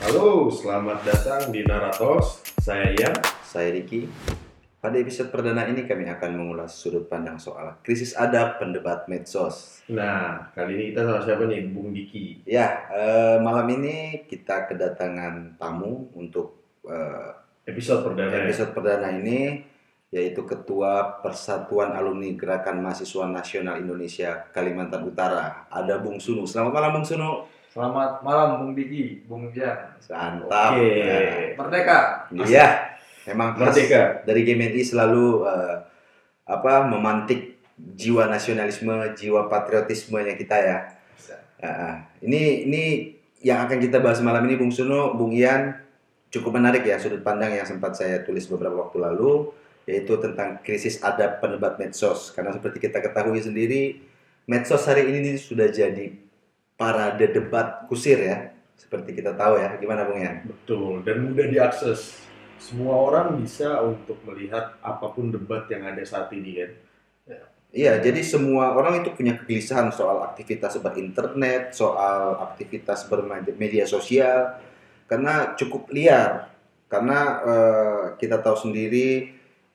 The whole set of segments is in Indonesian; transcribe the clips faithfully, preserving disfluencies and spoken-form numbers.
Halo, selamat datang di Naratos. Saya Ian. Saya Riki. Pada episode perdana ini kami akan mengulas sudut pandang soal krisis adab pendebat medsos. Nah, kali ini kita sama siapa nih? Bung Diki. Ya, eh, malam ini kita kedatangan tamu untuk eh, Episode perdana ya? episode perdana ini, yaitu Ketua Persatuan Alumni Gerakan Mahasiswa Nasional Indonesia Kalimantan Utara. Ada Bung Sunu. Selamat malam Bung Sunu. Selamat malam Bung Diki, Bung Jan. Mantap. Oke. Ya. Merdeka. Iya, memang khas Merdeka. dari G M N I selalu eh, apa memantik jiwa nasionalisme, jiwa patriotismenya kita ya. Uh, ini ini yang akan kita bahas malam ini, Bung Suno, Bung Ian, cukup menarik ya sudut pandang yang sempat saya tulis beberapa waktu lalu, yaitu tentang krisis adab pendebat medsos. Karena seperti kita ketahui sendiri, medsos hari ini sudah jadi parade debat kusir ya, seperti kita tahu ya. Gimana Bung Ian? Betul, dan mudah diakses. Semua orang bisa untuk melihat apapun debat yang ada saat ini kan. Iya, jadi semua orang itu punya kegelisahan soal aktivitas berinternet, soal aktivitas bermedia sosial, karena cukup liar. Karena eh, kita tahu sendiri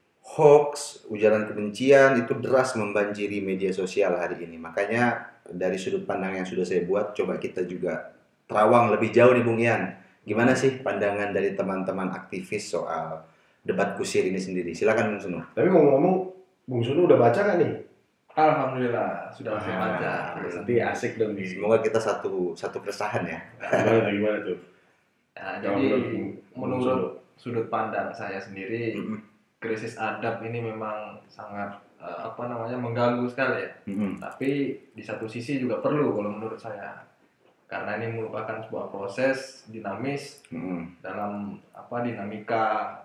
hoax, ujaran kebencian itu deras membanjiri media sosial hari ini. Makanya dari sudut pandang yang sudah saya buat, coba kita juga terawang lebih jauh nih Bung Ian. Gimana sih pandangan dari teman-teman aktivis soal debat kusir ini sendiri? Silakan Bung Sunu. Tapi ngomong-ngomong, Bung Sunu udah baca nggak nih? Alhamdulillah sudah saya baca. Ah, nanti asik dong nih. Semoga kita satu satu keresahan ya. Gimana, gimana tuh? Ya, Kalau jadi menurut Bung- Bung menurut sudut pandang saya sendiri, Mm-mm. krisis adab ini memang sangat eh, apa namanya mengganggu sekali ya. Mm-mm. Tapi di satu sisi juga perlu kalau menurut saya, karena ini merupakan sebuah proses dinamis Mm-mm. dalam apa dinamika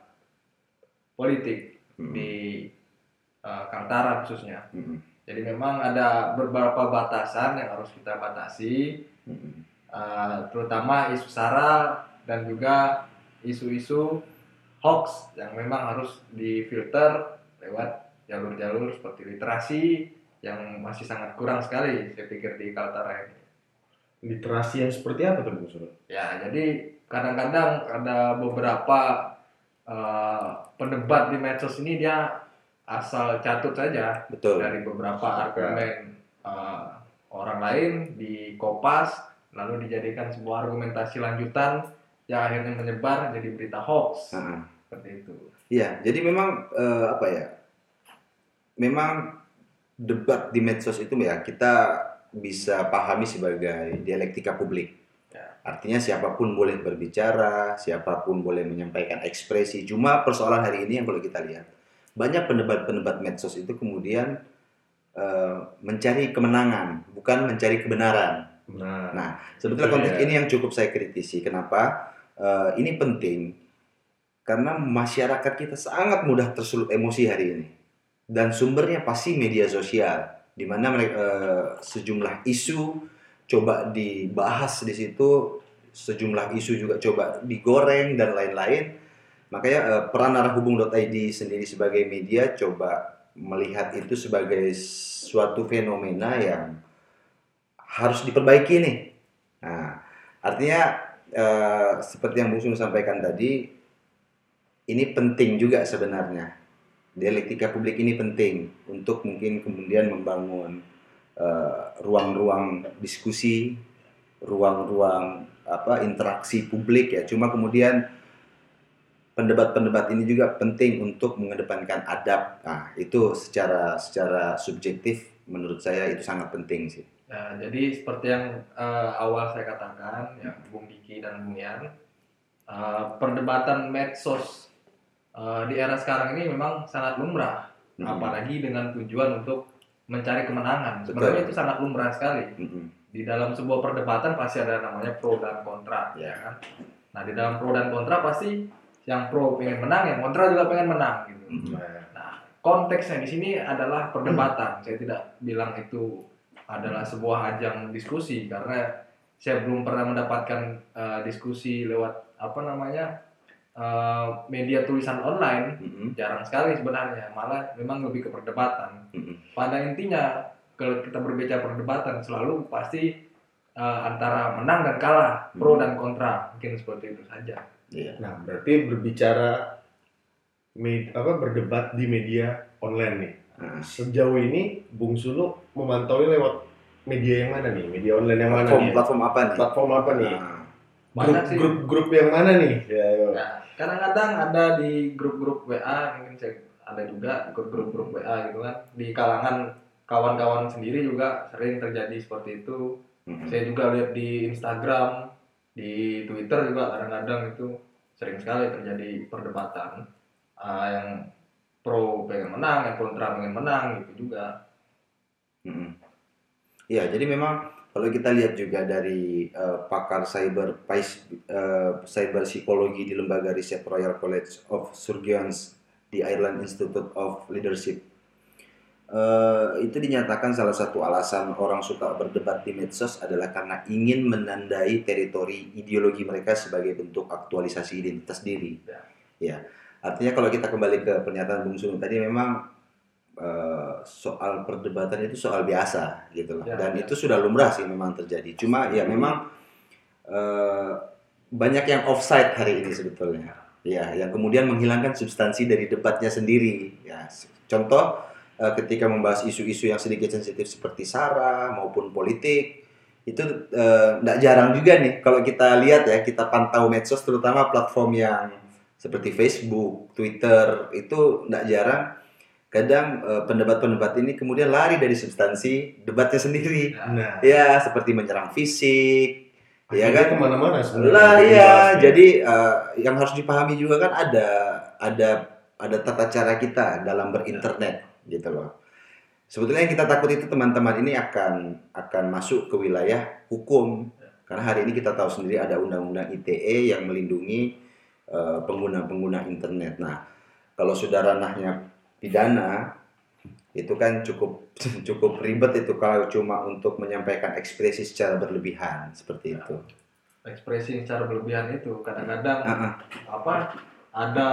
politik Mm-mm. di eh, Kaltara khususnya. Mm-mm. Jadi memang ada beberapa batasan yang harus kita batasi, Mm-mm. uh, terutama isu sara dan juga isu-isu hoax yang memang harus difilter lewat jalur-jalur seperti literasi yang masih sangat kurang sekali saya pikir di Kaltara ini. Literasi yang seperti apa tuh Bung Sunu? Ya, jadi kadang-kadang ada beberapa uh, pendebat di medsos ini dia asal catut saja Betul. dari beberapa argumen uh, orang lain dikopas lalu dijadikan sebuah argumentasi lanjutan yang akhirnya menyebar jadi berita hoax. Ah, Seperti itu. Iya, jadi memang eh, apa ya? Memang debat di medsos itu ya kita bisa pahami sebagai dialektika publik. Ya. Artinya siapapun boleh berbicara, siapapun boleh menyampaikan ekspresi. Cuma persoalan hari ini yang kalau kita lihat, banyak pendebat-pendebat medsos itu kemudian eh, mencari kemenangan, bukan mencari kebenaran. Nah, Nah, sebetulnya Itu konteks ya. ini yang cukup saya kritisi. Kenapa? Eh, ini penting karena masyarakat kita sangat mudah tersulut emosi hari ini, dan sumbernya pasti media sosial, di mana mereka eh, sejumlah isu coba dibahas di situ, sejumlah isu juga coba digoreng dan lain-lain. Makanya eh, peran narahubung dot i d sendiri sebagai media coba melihat itu sebagai suatu fenomena yang harus diperbaiki nih. Nah, artinya eh, seperti yang Bung Sung sampaikan tadi, ini penting juga sebenarnya. Dialektika publik ini penting untuk mungkin kemudian membangun eh, ruang-ruang diskusi, ruang-ruang apa interaksi publik ya. Cuma kemudian pendebat-pendebat ini juga penting untuk mengedepankan adab. Nah, itu secara secara subjektif menurut saya itu sangat penting sih. Nah, jadi seperti yang eh, awal saya katakan, ya Bung Diki dan Bung Yan, eh, perdebatan medsos eh, di era sekarang ini memang sangat lumrah, Mm-mm. apalagi dengan tujuan untuk mencari kemenangan. Betul. Sebenarnya itu sangat lumrah sekali. Mm-mm. Di dalam sebuah perdebatan pasti ada namanya pro dan kontra, Ya. ya kan? Nah, di dalam pro dan kontra pasti yang pro pengen menang, yang kontra juga pengen menang gitu. Mm-mm. Nah, konteksnya di sini adalah perdebatan. Saya tidak bilang itu adalah sebuah ajang diskusi karena saya belum pernah mendapatkan uh, diskusi lewat apa namanya uh, media tulisan online. Mm-mm. Jarang sekali sebenarnya, malah memang lebih ke perdebatan. Mm-mm. Pada intinya kalau kita berbicara perdebatan selalu pasti uh, antara menang dan kalah, pro Hmm. dan kontra, mungkin seperti itu saja. Iya. Nah, berarti berbicara med, apa berdebat di media online nih. Nah, Sejauh ini Bung Sulu memantau lewat media yang mana nih? Media online yang mana platform nih? platform apa nih? Platform apa nih? Nah, Banyak sih. Grup-grup yang mana nih? Ya, ayo. Nah, kadang-kadang ada di grup-grup W A, mungkin saya ada juga grup-grup W A gitu kan. Di kalangan kawan-kawan sendiri juga sering terjadi seperti itu. mm-mm. Saya juga lihat di Instagram, di Twitter juga kadang-kadang itu sering sekali terjadi perdebatan. Ah, yang pro pengen menang, yang kontra pengen menang gitu juga. Mm-mm. Ya, jadi memang kalau kita lihat juga dari uh, pakar cyber pais- uh, cyber psikologi di lembaga riset Royal College of Surgeons di Ireland Institute of Leadership, uh, itu dinyatakan salah satu alasan orang suka berdebat di medsos adalah karena ingin menandai teritori ideologi mereka sebagai bentuk aktualisasi identitas diri. Ya. Ya, artinya kalau kita kembali ke pernyataan Bung Sung tadi, memang Uh, soal perdebatan itu soal biasa gitu loh, Ya, dan ya. itu sudah lumrah sih memang terjadi. Cuma ya memang uh, banyak yang offside hari ini sebetulnya, ya, yang kemudian menghilangkan substansi dari debatnya sendiri. Ya, contoh uh, ketika membahas isu-isu yang sedikit sensitif seperti SARA maupun politik, itu tidak uh, jarang juga nih kalau kita lihat ya, kita pantau medsos terutama platform yang seperti Facebook, Twitter, itu tidak jarang. Kadang uh, pendebat-pendebat ini kemudian lari dari substansi debatnya sendiri. Nah, Ya, seperti menyerang fisik, ya akhirnya kan? kemana-mana sebenarnya. Lah Jadi ya, bahasnya. jadi uh, yang harus dipahami juga kan ada ada ada tata cara kita dalam berinternet gitu loh. Sebetulnya yang kita takut itu teman-teman ini akan akan masuk ke wilayah hukum. Karena hari ini kita tahu sendiri ada undang-undang I T E yang melindungi uh, pengguna-pengguna internet. Nah, kalau sudah ranahnya pidana, itu kan cukup cukup ribet itu kalau cuma untuk menyampaikan ekspresi secara berlebihan seperti itu. Ekspresi secara berlebihan itu kadang-kadang Uh-uh. apa ada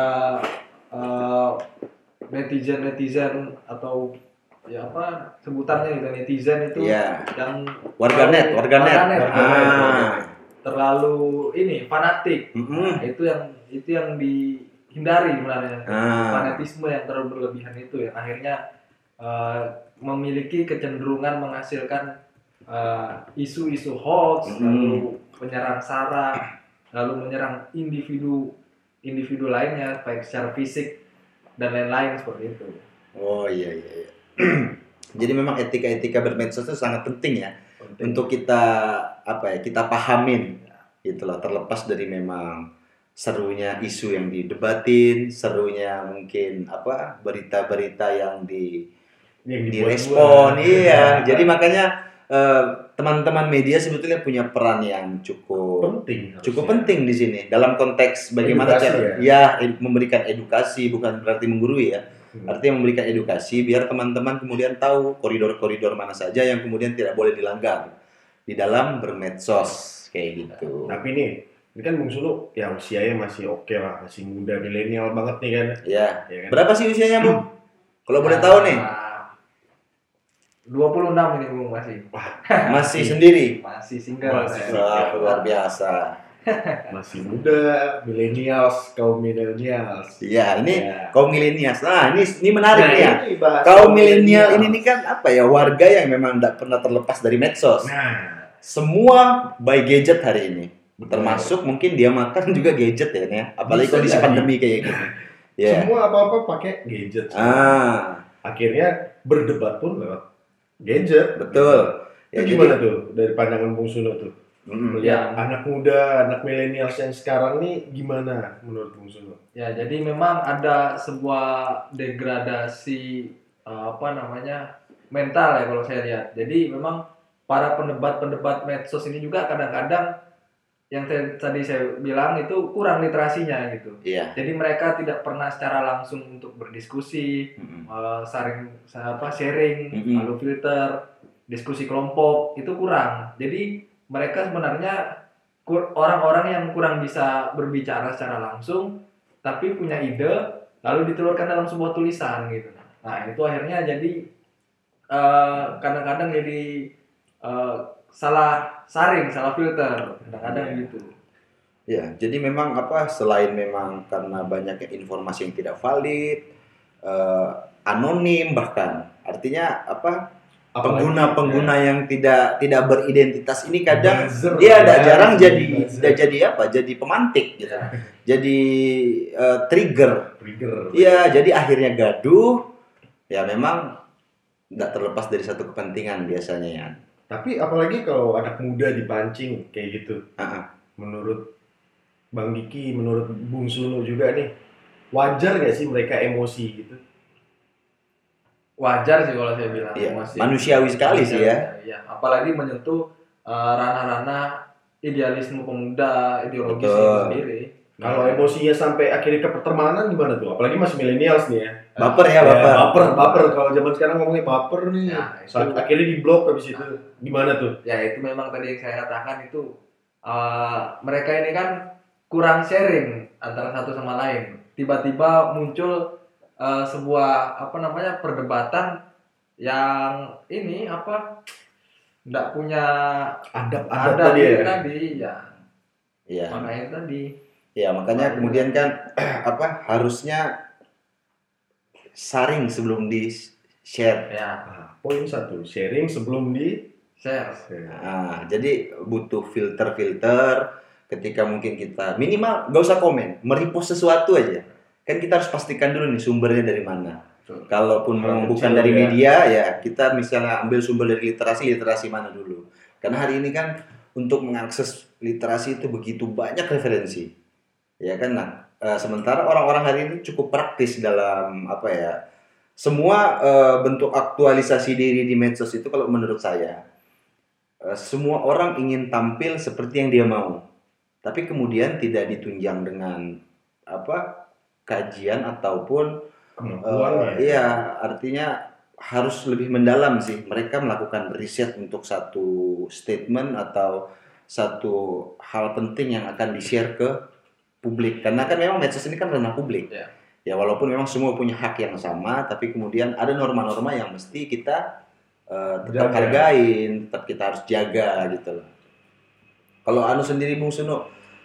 uh, netizen netizen atau ya apa sebutannya gitu, netizen itu Iya. yang Warganet, terlalu- warganet. warganet, Ah. warganet. terlalu ini fanatik. Mm-mm. Nah, itu yang itu yang dihindari sebenarnya. Ah. Fanatisme yang terlalu berlebihan itu yang akhirnya uh, memiliki kecenderungan menghasilkan uh, isu-isu hoax, Mm. lalu menyerang SARA, lalu menyerang individu individu lainnya baik secara fisik dan lain-lain seperti itu. Oh iya iya. iya. Jadi memang etika-etika bermedsos itu sangat penting ya Penting. untuk kita apa ya kita pahamin, itulah terlepas dari memang serunya isu yang didebatin, serunya mungkin apa berita-berita yang di Yang direspon, dibuat-buat. iya. Jadi makanya eh, teman-teman media sebetulnya punya peran yang cukup penting. cukup harusnya. penting di sini dalam konteks bagaimana Edukasi cara ya? ya ed- memberikan edukasi, bukan berarti menggurui ya. Hmm. Artinya memberikan edukasi biar teman-teman kemudian tahu koridor-koridor mana saja yang kemudian tidak boleh dilanggar di dalam bermedsos kayak gitu. Tapi nih, ini kan Bung Sulu ya usianya masih oke lah, masih muda, milenial banget nih kan. Ya. Ya kan? Berapa sih usianya, Bung? Kalau boleh Nah, tahu nih. dua puluh enam ini Bung masih. Masih sendiri. Masih single. Masih. saya. Wah, luar biasa. Masih muda, millennials, kaum millennials. Iya, ini Ya. kaum milenials. Nah, ini ini menarik Nah, nih ya. ini bahas Kaum kaum milenial millennials. ini nih kan apa ya, warga yang memang tidak pernah terlepas dari medsos. Nah, Semua by gadget hari ini. betul. Termasuk mungkin dia makan juga gadget ya, nih. Apalagi Bisa kondisi jadi. pandemi kayak gini. Ya. Semua apa-apa pakai gadget. Ah, Akhirnya berdebat pun lewat gadget. betul. Itu Ya, gimana tuh dari pandangan Bung Sulu tuh? Mm-mm. Melihat Ya. anak muda, anak milenials yang sekarang nih gimana menurut Bung Sulu? Ya, jadi memang ada sebuah degradasi eh, apa namanya mental ya kalau saya lihat. Jadi memang para pendebat-pendebat medsos ini juga kadang-kadang yang te- tadi saya bilang itu kurang literasinya gitu. Iya. Jadi mereka tidak pernah secara langsung untuk berdiskusi, Mm-mm. eh, saring apa sharing, Mm-mm. lalu filter, diskusi kelompok itu kurang. Jadi mereka sebenarnya kur- orang-orang yang kurang bisa berbicara secara langsung, tapi punya ide, lalu ditelurkan dalam sebuah tulisan gitu. Nah itu akhirnya jadi eh, kadang-kadang jadi eh, salah saring, salah filter, kadang-kadang Iya. gitu. Ya, jadi memang apa selain memang karena banyaknya informasi yang tidak valid, eh, anonim bahkan, artinya apa Apalagi, pengguna-pengguna yang tidak tidak beridentitas ini kadang Buzzer, dia ada ya, jarang jadi buzzer. dia jadi apa? Jadi pemantik gitu. Ya. Jadi eh, trigger. trigger. Iya, jadi akhirnya gaduh. Ya memang tidak terlepas dari satu kepentingan biasanya ya. Tapi apalagi kalau anak muda dipancing kayak gitu. Ah, Menurut Bang Diki, menurut Bung Sunu juga nih, wajar nggak sih mereka emosi gitu? Wajar sih kalau saya bilang. Iya, emosi. manusiawi sekali sih ya. Iya, apalagi menyentuh uh, ranah-ranah idealisme pemuda, ideologis Betul. itu sendiri. Kalau emosinya sampai akhirnya ke pertemanan gimana tuh? Apalagi masih millennials nih ya. Baper ya, Ya, baper. baper, baper. Kalau zaman sekarang ngomongnya baper nih. Ya, itu- Saat akhirnya di blok habis itu. Gimana tuh? Ya itu memang tadi yang saya katakan itu uh, mereka ini kan kurang sharing antara satu sama lain. Tiba-tiba muncul uh, sebuah apa namanya perdebatan yang ini apa nggak punya Adab-adab ada tadi ya. tadi ya Iya. makanya tadi Ya, makanya kemudian kan apa harusnya saring sebelum di share. ya Nah, poin satu, sharing sebelum di share. Nah, jadi butuh filter-filter ketika mungkin kita minimal gak usah komen, merepost sesuatu aja. Kan kita harus pastikan dulu nih sumbernya dari mana. Betul. Kalaupun Hal memang kecil bukan dari ya. media ya kita misalnya ambil sumber dari literasi, literasi mana dulu. Karena hari ini kan untuk mengakses literasi itu begitu banyak referensi. Ya kan, nah eh, sementara orang-orang hari ini cukup praktis dalam apa ya semua eh, bentuk aktualisasi diri di medsos itu kalau menurut saya eh, semua orang ingin tampil seperti yang dia mau, tapi kemudian tidak ditunjang dengan apa kajian ataupun kemampuan eh, ya. iya artinya harus lebih mendalam sih mereka melakukan riset untuk satu statement atau satu hal penting yang akan di-share ke publik, karena kan memang medsos ini kan ranah publik. Ya. Ya walaupun memang semua punya hak yang sama, tapi kemudian ada norma-norma yang mesti kita uh, tetap Jaga. hargain, tetap kita harus jaga gitu loh. Kalau Anu sendiri Bung Suno, uh,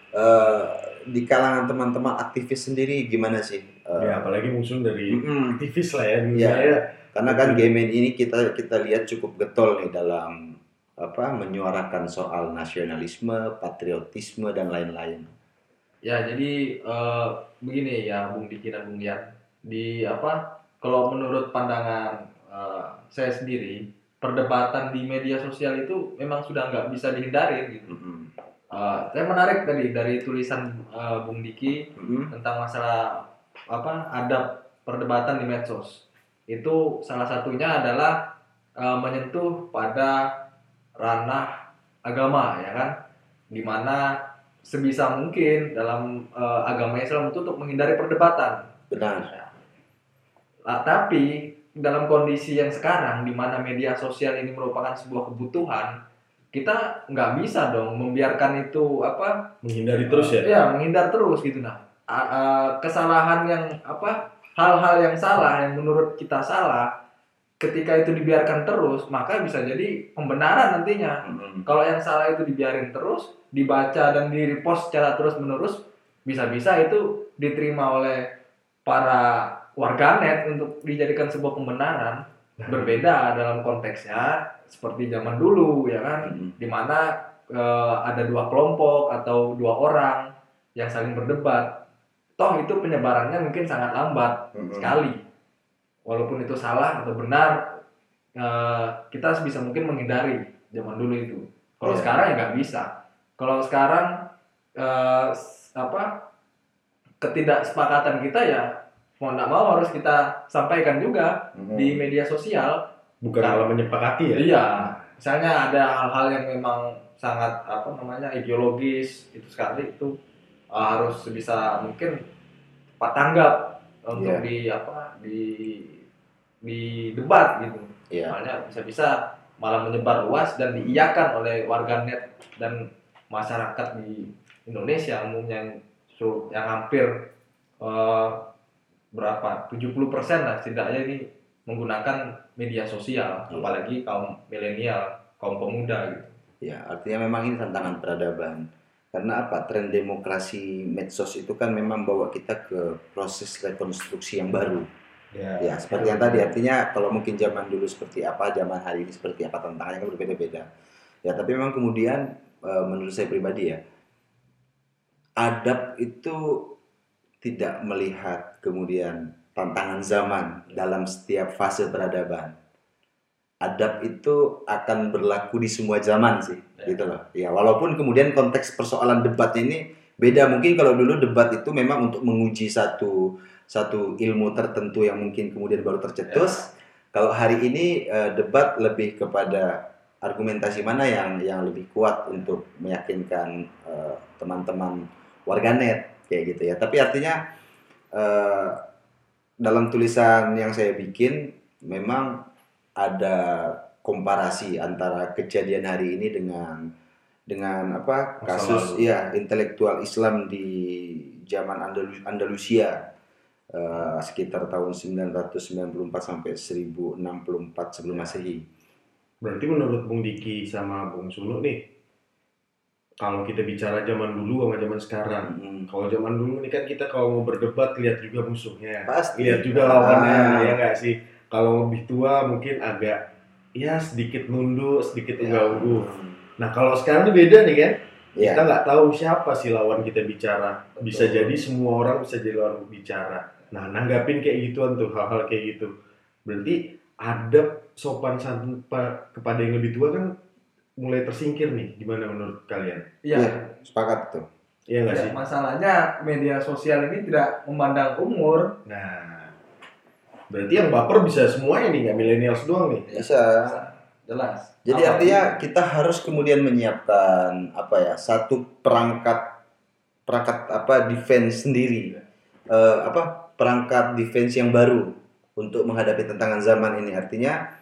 di kalangan teman-teman aktivis sendiri gimana sih? Uh, Ya, apalagi musuh dari mm-mm. aktivis lah ya dulu Iya. saya. Karena kan Gemen ini kita kita lihat cukup getol nih dalam apa menyuarakan soal nasionalisme, patriotisme dan lain-lain. Ya jadi eh, begini ya Bung Diki dan Bung Yan, di apa kalau menurut pandangan eh, saya sendiri perdebatan di media sosial itu memang sudah nggak bisa dihindari gitu. Mm-mm. Eh, saya menarik tadi dari tulisan eh, Bung Diki Mm-mm. tentang masalah apa adab perdebatan di medsos. Itu salah satunya adalah eh, menyentuh pada ranah agama ya kan, dimana sebisa mungkin dalam uh, agama Islam itu untuk menghindari perdebatan. Benar. Nah, tapi dalam kondisi yang sekarang di mana media sosial ini merupakan sebuah kebutuhan, kita nggak bisa dong membiarkan itu apa Menghindari terus ya. ya menghindar terus gitu. Nah a- a- kesalahan yang apa hal-hal yang salah yang menurut kita salah ketika itu dibiarkan terus maka bisa jadi pembenaran nantinya. Mm-mm. Kalau yang salah itu dibiarin terus, dibaca dan di-repost secara terus-menerus, bisa-bisa itu diterima oleh para warganet untuk dijadikan sebuah pembenaran. Berbeda dalam konteksnya seperti zaman dulu ya kan, Mm-mm. di mana eh, ada dua kelompok atau dua orang yang saling berdebat. Toh itu penyebarannya mungkin sangat lambat Mm-mm. sekali. Walaupun itu salah atau benar, eh, kita sebisa mungkin menghindari zaman dulu itu. Kalau Iya. sekarang ya nggak bisa. Kalau sekarang eh, s- apa ketidaksepakatan kita ya mau nggak mau harus kita sampaikan juga Mm-mm. di media sosial. Bukan malah menyepakati ya. Iya, misalnya ada hal-hal yang memang sangat apa namanya ideologis itu sekali itu eh, harus sebisa mungkin tepat tanggap untuk Iya. di apa di di debat gitu. Iya. Soalnya bisa-bisa malah menyebar luas dan diiyakan oleh warganet dan masyarakat di Indonesia umumnya yang su- yang hampir eh, berapa tujuh puluh persen lah setidaknya ini menggunakan media sosial, Iya. apalagi kaum milenial, kaum pemuda gitu. Ya, artinya memang ini tantangan peradaban. Karena apa? Tren demokrasi medsos itu kan memang bawa kita ke proses rekonstruksi yang baru. Ya, seperti yang tadi, artinya kalau mungkin zaman dulu seperti apa, zaman hari ini seperti apa, tantangannya kan berbeda-beda. Ya, tapi memang kemudian eh, menurut saya pribadi ya, adab itu tidak melihat kemudian tantangan zaman dalam setiap fase peradaban. Adab itu akan berlaku di semua zaman sih, Ya. gitu loh. Ya, walaupun kemudian konteks persoalan debatnya ini beda. Mungkin kalau dulu debat itu memang untuk menguji satu satu ilmu tertentu yang mungkin kemudian baru tercetus. Kalau hari ini eh, debat lebih kepada argumentasi mana yang yang lebih kuat untuk meyakinkan eh, teman-teman warganet kayak gitu ya. Tapi artinya eh, dalam tulisan yang saya bikin memang ada komparasi antara kejadian hari ini dengan dengan apa Masa kasus lalu. ya intelektual Islam di zaman Andalus- Andalusia eh, sekitar tahun sembilan ratus sembilan puluh empat sampai seribu enam puluh empat sebelum Masehi. Berarti menurut Bung Diki sama Bung Sulu nih, kalau kita bicara zaman dulu sama zaman sekarang, Mm, kalau zaman dulu nih kan kita kalau mau berdebat lihat juga musuhnya, Pasti. lihat juga lawannya, Ah. ya nggak sih? Kalau lebih tua mungkin agak ya sedikit nunduk, sedikit Ya. enggak-ungguh. Nah kalau sekarang ini beda nih kan, Ya. kita nggak tahu siapa sih lawan kita bicara. Bisa Betul. jadi semua orang bisa jadi lawan bicara. Nah nanggapin kayak gituan tuh, hal-hal kayak gitu. Berarti adab sopan santun pa- kepada yang lebih tua kan mulai tersingkir nih. Gimana menurut kalian? Iya. Ya, sepakat tuh. Iya nggak Ya, sih? masalahnya media sosial ini tidak memandang umur. Nah, berarti yang baper bisa semuanya nih, nggak millennials doang nih. Bisa. Jelas. Jadi Apalagi- artinya kita harus kemudian menyiapkan apa ya satu perangkat perangkat apa defense sendiri. Eh, apa perangkat defense yang baru untuk menghadapi tantangan zaman ini. Artinya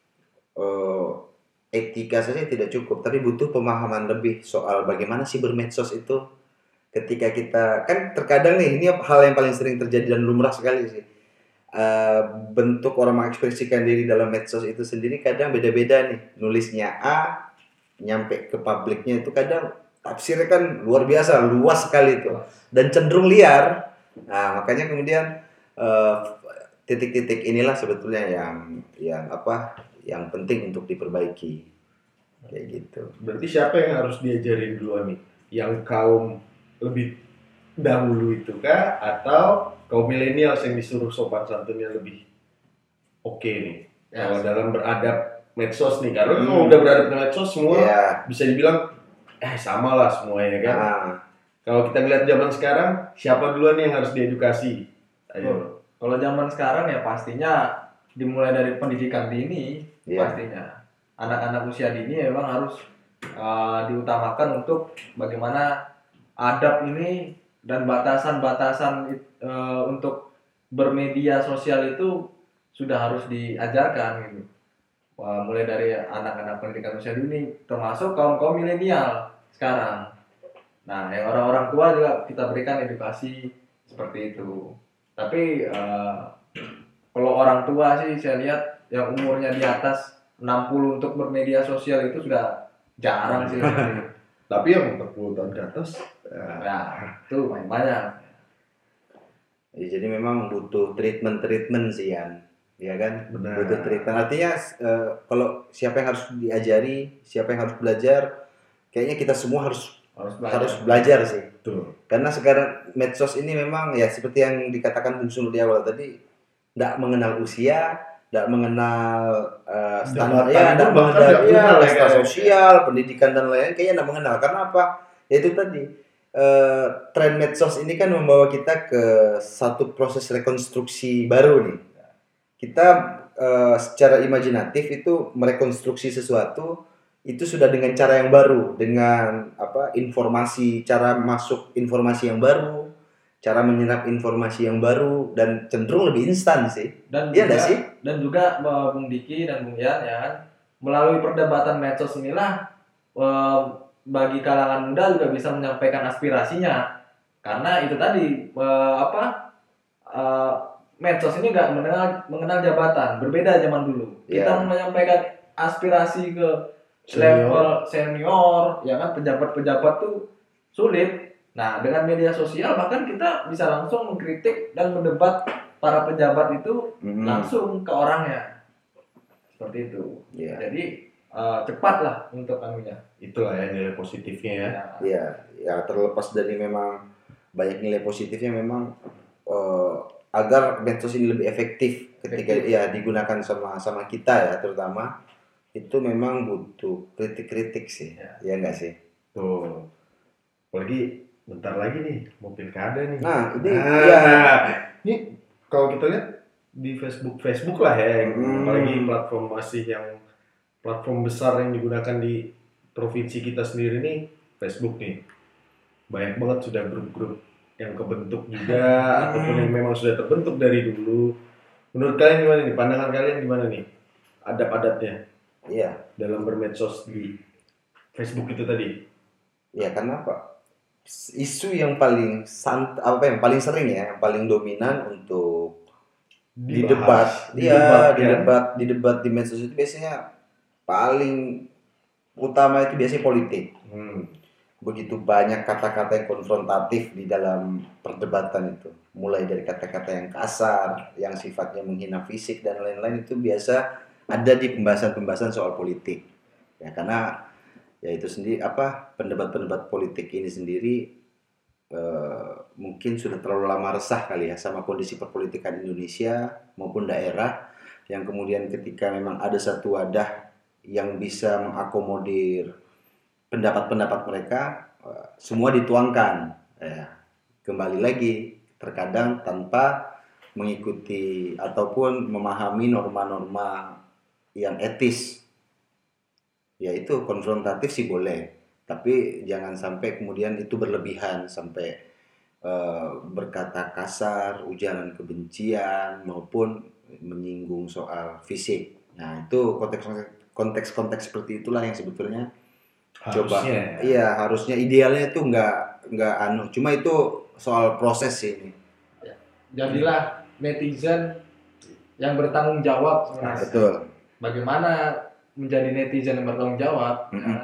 eh, etika saja tidak cukup, tapi butuh pemahaman lebih soal bagaimana sih bermedsos itu. Ketika kita kan terkadang nih ini hal yang paling sering terjadi dan lumrah sekali sih. Eh, bentuk orang mengekspresikan diri dalam medsos itu sendiri kadang beda-beda nih. Nulisnya A, nyampe ke publiknya itu kadang tafsirnya kan luar biasa, luas sekali itu dan cenderung liar. Nah, makanya kemudian eh, titik-titik inilah sebetulnya yang yang apa? Yang penting untuk diperbaiki. Kayak gitu. Berarti siapa yang harus diajarin duluan nih? Yang kaum lebih dahulu itu kah? Atau kaum milenials yang disuruh sopan santunnya lebih oke nih? Ya, Kalau dalam beradab medsos nih, karena Hmm. kalau udah beradab ke medsos semua Ya. bisa dibilang eh sama lah semuanya kan. Nah, Kalau kita lihat zaman sekarang, siapa duluan nih yang harus diedukasi? Ayo. Oh, kalau zaman sekarang ya pastinya dimulai dari pendidikan dini, Iya. pastinya anak-anak usia dini memang harus uh, diutamakan untuk bagaimana adab ini dan batasan-batasan uh, untuk bermedia sosial itu sudah harus diajarkan gitu. Wah, mulai dari anak-anak pendidikan usia dini termasuk kaum-kaum milenial sekarang. Nah, yang orang-orang tua juga kita berikan edukasi seperti itu. Tapi uh, kalau orang tua sih saya lihat yang umurnya di atas enam puluh untuk bermedia sosial itu sudah jarang sih. Tapi yang empat puluh tahun ke atas, ya, Nah, itu main banyak. ya, jadi memang butuh treatment-treatment sih Yan. Ya kan? Benar. Butuh treatment. Artinya eh, kalau siapa yang harus diajari, siapa yang harus belajar, kayaknya kita semua harus Harus belajar. harus belajar sih. betul. Karena sekarang medsos ini memang ya seperti yang dikatakan Bung Sulu di awal tadi, tidak mengenal usia, tidak mengenal uh, standar Jabatan ya, itu tidak bahkan mengenal nggak ya, mengenal ya, level kayak- sosial, pendidikan dan lain-lain kayaknya tidak mengenal. Karena apa? Ya itu tadi eh, tren medsos ini kan membawa kita ke satu proses rekonstruksi baru nih. Kita eh, secara imajinatif itu merekonstruksi sesuatu itu sudah dengan cara yang baru, dengan apa informasi, cara masuk informasi yang baru, cara menyerap informasi yang baru dan cenderung lebih instan sih. Dan Iya juga, nggak sih? dan juga eh, Bung Diki dan Bung Yan ya kan, melalui perdebatan medsos inilah eh, bagi kalangan muda juga bisa menyampaikan aspirasinya. Karena itu tadi eh, apa eh, medsos ini nggak mengenal mengenal jabatan, berbeda zaman dulu. Kita Iya. menyampaikan aspirasi ke level senior, ya kan pejabat-pejabat tuh sulit. Nah, dengan media sosial bahkan kita bisa langsung mengkritik dan mendebat para pejabat itu Hmm. langsung ke orangnya. Seperti itu. Iya. Jadi uh, cepat lah untuk anunya. Itulah ya nilai positifnya ya. Ya. Iya, ya terlepas dari memang banyak nilai positifnya, memang eh, agar medsos ini lebih efektif ketika Efektif. ya digunakan sama sama kita ya, terutama itu memang butuh kritik-kritik sih, Ya. ya enggak sih? Tuh. Apalagi bentar lagi nih mau pilkada nih. Nah, ini Nah, ya ini kalau kita lihat di Facebook Facebook lah ya, yang Hmm. apalagi platform masih yang platform besar yang digunakan di provinsi kita sendiri nih, Facebook nih. Banyak banget sudah grup-grup yang kebentuk juga ataupun yang memang sudah terbentuk dari dulu. Menurut kalian gimana nih? Pandangan kalian gimana nih? Adab-adabnya iya, dalam bermedsos di Facebook itu tadi. ya karena apa? Isu yang paling sant apa yang paling sering ya, yang paling dominan untuk di debat, Dibahas, iya, didebat, di kan? debat, di debat di medsos itu biasanya paling utama itu biasanya politik. Hmm. Begitu banyak kata-kata yang konfrontatif di dalam perdebatan itu, mulai dari kata-kata yang kasar, yang sifatnya menghina fisik dan lain-lain, itu biasa ada di pembahasan-pembahasan soal politik. Ya karena ya itu sendiri apa pendebat-pendebat politik ini sendiri eh, mungkin sudah terlalu lama resah kali ya sama kondisi perpolitikan Indonesia maupun daerah, yang kemudian ketika memang ada satu wadah yang bisa mengakomodir pendapat-pendapat mereka, eh, semua dituangkan. Ya, kembali lagi terkadang tanpa mengikuti ataupun memahami norma-norma yang etis. Ya itu konfrontatif sih boleh, tapi jangan sampai kemudian itu berlebihan sampai eh, berkata kasar, ujaran kebencian maupun menyinggung soal fisik. Nah itu konteks konteks-konteks seperti itulah yang sebetulnya coba, Harusnya ya. iya harusnya idealnya itu nggak nggak anu, cuma itu soal proses sih ini. Jadilah netizen yang bertanggung jawab sebenarnya. Betul. Bagaimana menjadi netizen yang bertanggung jawab? Mm-mm. Kan?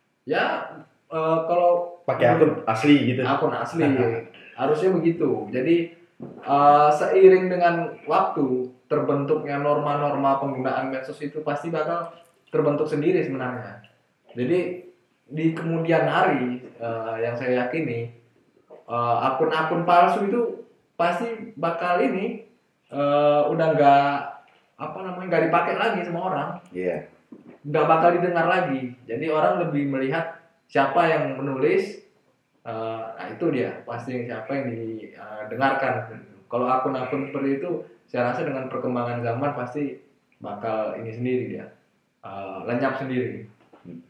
Ya eh, kalau Pakai akun asli gitu. akun asli harusnya begitu. Jadi eh, seiring dengan waktu terbentuknya norma-norma penggunaan medsos itu pasti bakal terbentuk sendiri sebenarnya. Jadi di kemudian hari eh, yang saya yakini eh, akun-akun palsu itu pasti bakal ini eh, udah nggak apa namanya nggak dipakai lagi sama orang, Iya. nggak bakal didengar lagi. Jadi orang lebih melihat siapa yang menulis, eh, nah itu dia pasti siapa yang didengarkan. Kalau akun-akun seperti itu, saya rasa dengan perkembangan zaman pasti bakal ini sendiri dia eh, lenyap sendiri.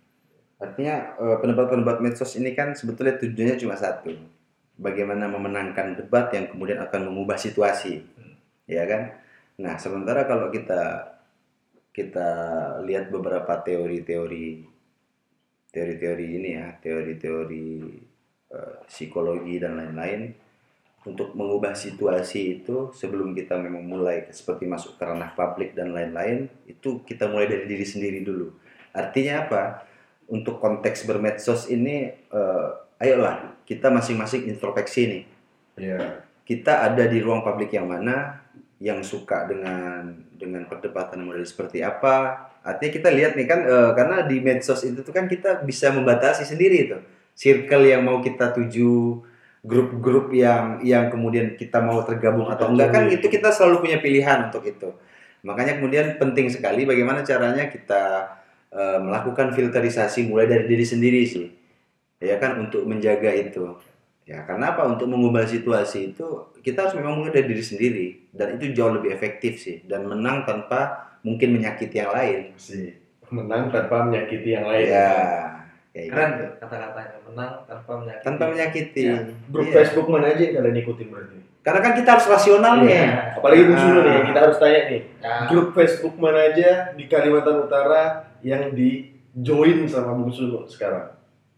Artinya eh, pendebat-pendebat medsos ini kan sebetulnya tujuannya cuma satu, bagaimana memenangkan debat yang kemudian akan mengubah situasi, ya kan? Nah sementara kalau kita kita lihat beberapa teori-teori teori-teori ini ya, teori-teori eh, psikologi dan lain-lain, untuk mengubah situasi itu sebelum kita memang mulai seperti masuk ke ranah publik dan lain-lain, itu kita mulai dari diri sendiri dulu. Artinya apa? Untuk konteks bermedsos ini, eh, ayolah kita masing-masing introspeksi nih. Iya. Kita ada di ruang publik yang mana, yang suka dengan dengan perdebatan model seperti apa. Artinya kita lihat nih kan, eh, karena di medsos itu tuh kan kita bisa membatasi sendiri itu circle yang mau kita tuju, grup-grup yang yang kemudian kita mau tergabung atau enggak, kan itu kita selalu punya pilihan untuk itu. Makanya kemudian penting sekali bagaimana caranya kita uh, melakukan filterisasi mulai dari diri sendiri sih, ya kan, untuk menjaga itu. Ya karena apa? Untuk mengubah situasi itu kita harus memang mulai dari diri sendiri, dan itu jauh lebih efektif sih, dan menang tanpa mungkin menyakiti yang lain. Si menang tanpa menyakiti yang lain. Ya, kayak Keren gitu. tuh kata-katanya, menang tanpa menyakiti. Tanpa menyakiti. Ya, grup Iya. Facebook mana aja yang kalian ikutin berarti? Karena kan kita harus rasional nih. Iya. Apalagi Bung Sulu Ah. nih, kita harus tanya nih. Ya, Grup Facebook mana aja di Kalimantan Utara yang di join sama Bung Sulu sekarang?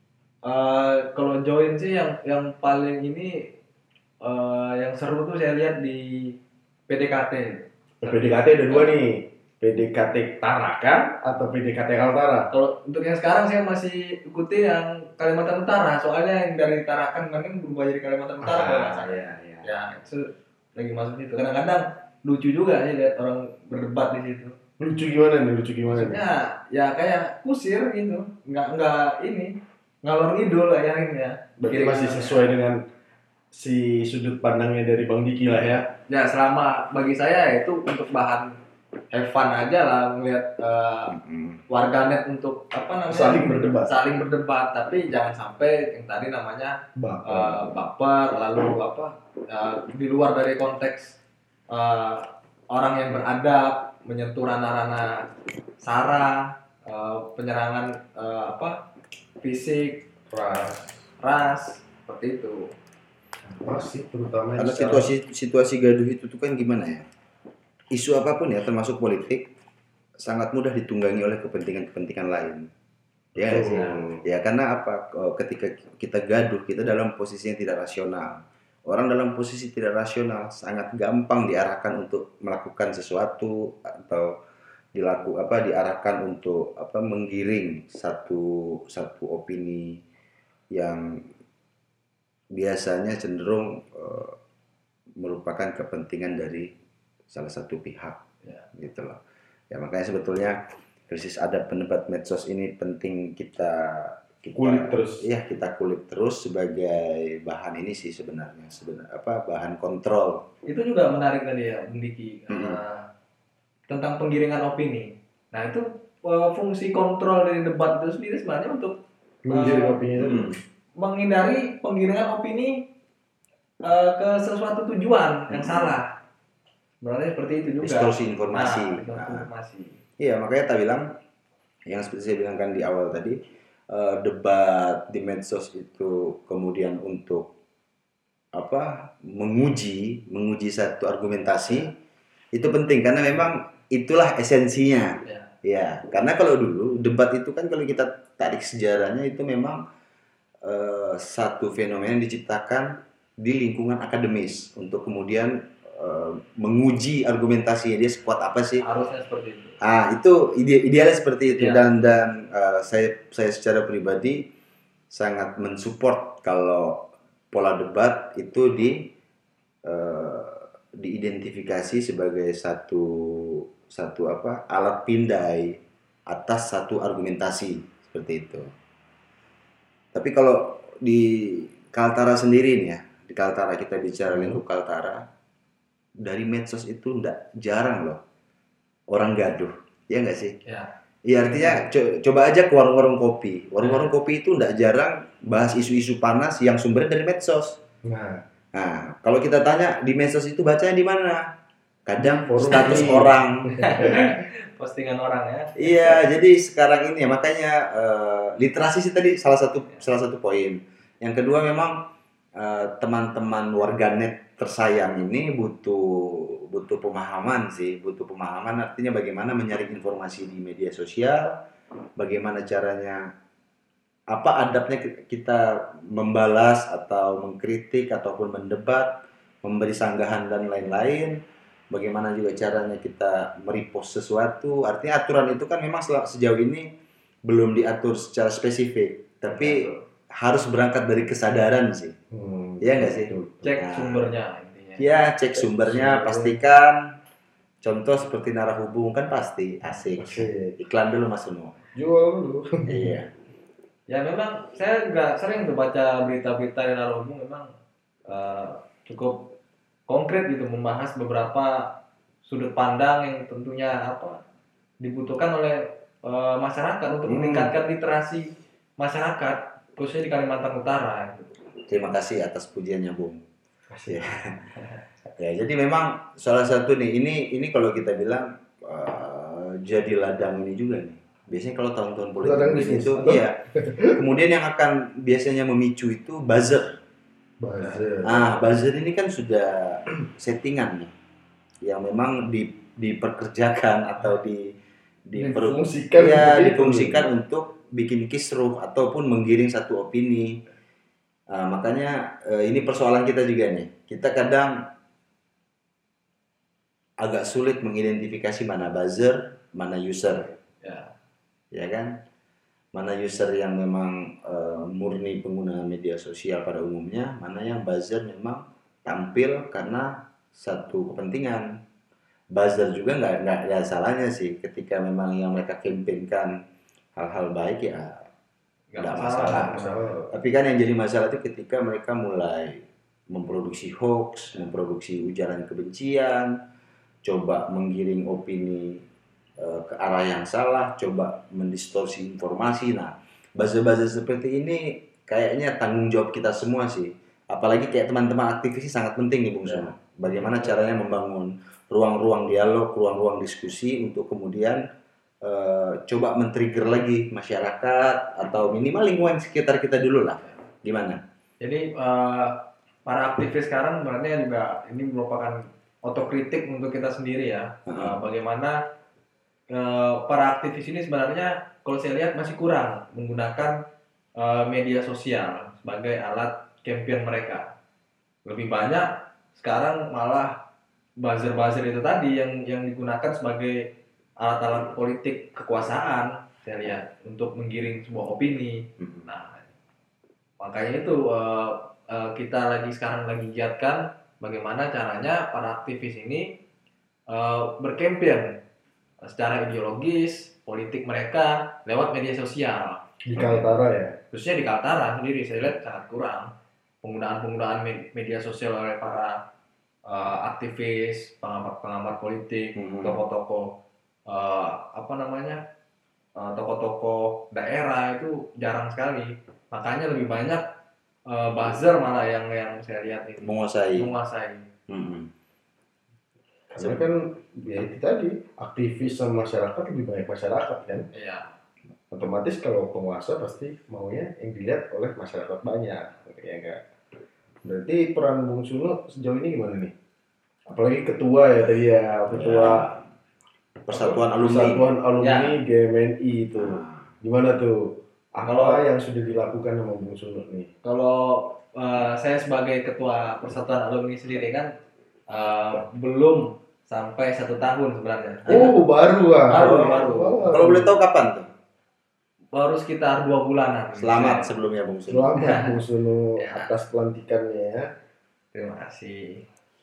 eh, kalau join sih yang yang paling ini eh, yang seru tuh saya lihat di P D K T. P D K T ada dua nih. P D K T Tarakan atau P D K T Kaltara? Kalau untuk yang sekarang saya masih ikuti yang Kalimantan Utara, soalnya yang dari Tarakan kan berubah jadi Kalimantan Utara kalau nggak salah. iya, iya. Ya itu lagi masuk itu. Kadang-kadang lucu juga sih lihat orang berdebat di situ. Lucu gimana nih? Lucu gimana nih? Maksudnya ya kayak kusir gitu, nggak nggak ini ngalor ngidul lah ya ini ya. Berarti masih sesuai dengan si sudut pandangnya dari Bang Diki lah ya. Ya selama bagi saya itu untuk bahan have fun aja lah ngeliat uh, Mm-mm. warganet untuk apa namanya Saling berdebat. saling berdebat, tapi jangan sampai yang tadi namanya Bapak. uh, baper lalu apa uh, di luar dari konteks uh, orang yang beradab menyentuh ranah-ranah sara, uh, penyerangan uh, apa fisik, Ras. ras seperti itu. Apa sih terutama Karena secara- situasi situasi gaduh itu tuh kan gimana ya? Isu apapun ya, termasuk politik, sangat mudah ditunggangi oleh kepentingan-kepentingan lain. Ya nggak sih? Oh. Ya karena apa? Oh, ketika kita gaduh, kita dalam posisi yang tidak rasional. Orang dalam posisi tidak rasional sangat gampang diarahkan untuk melakukan sesuatu atau dilaku apa diarahkan untuk apa menggiring satu satu opini yang biasanya cenderung eh, merupakan kepentingan dari salah satu pihak, Ya. gitu loh. Ya makanya sebetulnya krisis adab pendebat medsos ini penting kita kita Kulik terus. Iya, kita kulik terus sebagai bahan ini sih sebenarnya sebenarnya apa bahan kontrol. Itu juga menarik tadi ya, Bung Diki, Mm-hmm. uh, tentang penggiringan opini. Nah itu uh, fungsi kontrol dari debat itu sendiri sebenarnya untuk Menggiring uh, opini tadi. Mm. menghindari penggiringan opini uh, ke sesuatu tujuan yang Mm-hmm. salah. Berarti seperti itu juga. Distorsi informasi. Nah, distorsi Nah. informasi. Iya, makanya tak bilang yang seperti saya bilang kan di awal tadi, eh, debat di medsos itu kemudian untuk apa? menguji, menguji satu argumentasi itu penting karena memang itulah esensinya. Ya. Ya, karena kalau dulu debat itu kan kalau kita tarik sejarahnya itu memang eh, satu fenomena yang diciptakan di lingkungan akademis untuk kemudian eh, menguji argumentasinya dia sekuat apa sih. Harusnya seperti itu. Ah, itu ide idealnya seperti itu. Ya. dan dan eh, saya saya secara pribadi sangat mensupport kalau pola debat itu di eh, diidentifikasi sebagai satu satu apa alat pindai atas satu argumentasi seperti itu. Tapi kalau di Kaltara sendiri nih ya, di Kaltara kita bicara Hmm. lingkup Kaltara, dari medsos itu ndak jarang loh orang gaduh, ya nggak sih? Ya. Iya artinya co- coba aja ke warung-warung kopi. Warung-warung kopi itu ndak jarang bahas isu-isu panas yang sumbernya dari medsos. Nah, Nah, kalau kita tanya di medsos itu bacanya di mana? Kadang Forum status ini. orang. Postingan orang ya. Iya, jadi sekarang ini ya makanya eh, literasi sih tadi salah satu salah satu poin. Yang kedua memang eh, teman-teman warganet tersayang ini butuh butuh pemahaman sih, butuh pemahaman artinya bagaimana menyaring informasi di media sosial, bagaimana caranya apa adabnya kita membalas atau mengkritik ataupun mendebat, memberi sanggahan dan lain-lain. Bagaimana juga caranya kita merepost sesuatu. Artinya aturan itu kan memang sel- sejauh ini belum diatur secara spesifik, tapi harus berangkat dari kesadaran sih. hmm, Iya nggak sih? betul. Cek Nah. sumbernya intinya. Ya, cek sumbernya, pastikan. Contoh seperti narahubung kan pasti asik. Asik. Iklan dulu Mas Uno. Jual dulu. Iya. Ya memang saya nggak sering tuh baca berita-berita yang narahubung, memang eh, cukup konkret gitu membahas beberapa sudut pandang yang tentunya apa dibutuhkan oleh eh, masyarakat untuk Hmm. meningkatkan literasi masyarakat khususnya di Kalimantan Utara. Gitu. Terima kasih atas pujiannya, Bung. Asik. Ya, jadi memang salah satu nih ini ini kalau kita bilang eh, jadi ladang ini juga nih. Biasanya kalau tahun-tahun politik Ladang begini bisnis, itu atau? iya. Kemudian yang akan biasanya memicu itu buzzer. Buzzer. Ah, buzzer ini kan sudah settingan nih. Yang memang di diperkerjakan atau di di Difungsikan ya, seperti itu. difungsikan untuk bikin kisruh ataupun menggiring satu opini. Ah, makanya eh, ini persoalan kita juga nih. Kita kadang agak sulit mengidentifikasi mana buzzer, mana user, Ya. ya kan? Mana user yang memang eh, murni pengguna media sosial pada umumnya, mana yang buzzer memang tampil karena satu kepentingan. Buzzer juga nggak nggak ada salahnya sih ketika memang yang mereka kampanyekan hal-hal baik ya Nggak nggak masalah. masalah. Masalah. Tapi kan yang jadi masalah itu ketika mereka mulai memproduksi hoax, memproduksi ujaran kebencian, coba menggiring opini eh, ke arah yang salah, coba mendistorsi informasi. Nah, buzzer-buzzer seperti ini kayaknya tanggung jawab kita semua sih. Apalagi kayak teman-teman aktivis ini sangat penting nih Bung Sono. Bagaimana caranya membangun ruang-ruang dialog, ruang-ruang diskusi untuk kemudian eh, coba men-trigger lagi masyarakat atau minimal lingkungan sekitar kita dulu lah. Gimana? Jadi eh, para aktivis sekarang sebenarnya juga ini merupakan otokritik untuk kita sendiri ya. Mhm. Eh, bagaimana eh, para aktivis ini sebenarnya kalau saya lihat masih kurang menggunakan eh, media sosial sebagai alat campaign mereka. Lebih banyak sekarang malah buzzer-buzzer itu tadi yang yang digunakan sebagai alat-alat politik kekuasaan saya lihat untuk menggiring sebuah opini. Mhm. Nah, makanya itu eh, eh, kita lagi sekarang lagi giatkan bagaimana caranya para aktivis ini eh, berkampanye secara ideologis politik mereka lewat media sosial. Di Kaltara ya. Khususnya di Kaltara sendiri saya lihat sangat kurang penggunaan-penggunaan med- media sosial oleh para eh, aktivis, pengamat-pengamat politik, Mhm. tokoh-tokoh eh, apa namanya eh, tokoh-tokoh daerah itu jarang sekali. Makanya lebih banyak eh, buzzer malah yang yang saya lihat ini Menguasai. menguasai. Mhm. Karena kan ya itu tadi aktivis sama masyarakat lebih banyak masyarakat kan. Iya. Otomatis kalau penguasa pasti maunya yang dilihat oleh masyarakat banyak, ya enggak. Berarti peran Bung Suno sejauh ini gimana nih? Apalagi ketua ya tadi ya, ketua Persatuan Alumni. Persatuan Alumni Ya. G M N I itu. Nah, Gimana tuh? Apa Kalau- yang sudah dilakukan sama Bung Suno nih? Kalau eh, saya sebagai ketua Persatuan Alumni sendiri kan eh, belum sampai satu tahun sebenarnya. Oh, baru ah. Baru, baru. kalau boleh tahu kapan tuh? Baru sekitar dua bulanan. Selamat sebelumnya Bung Sun. Selamat Bung Suno Ya. atas pelantikannya ya. Terima kasih.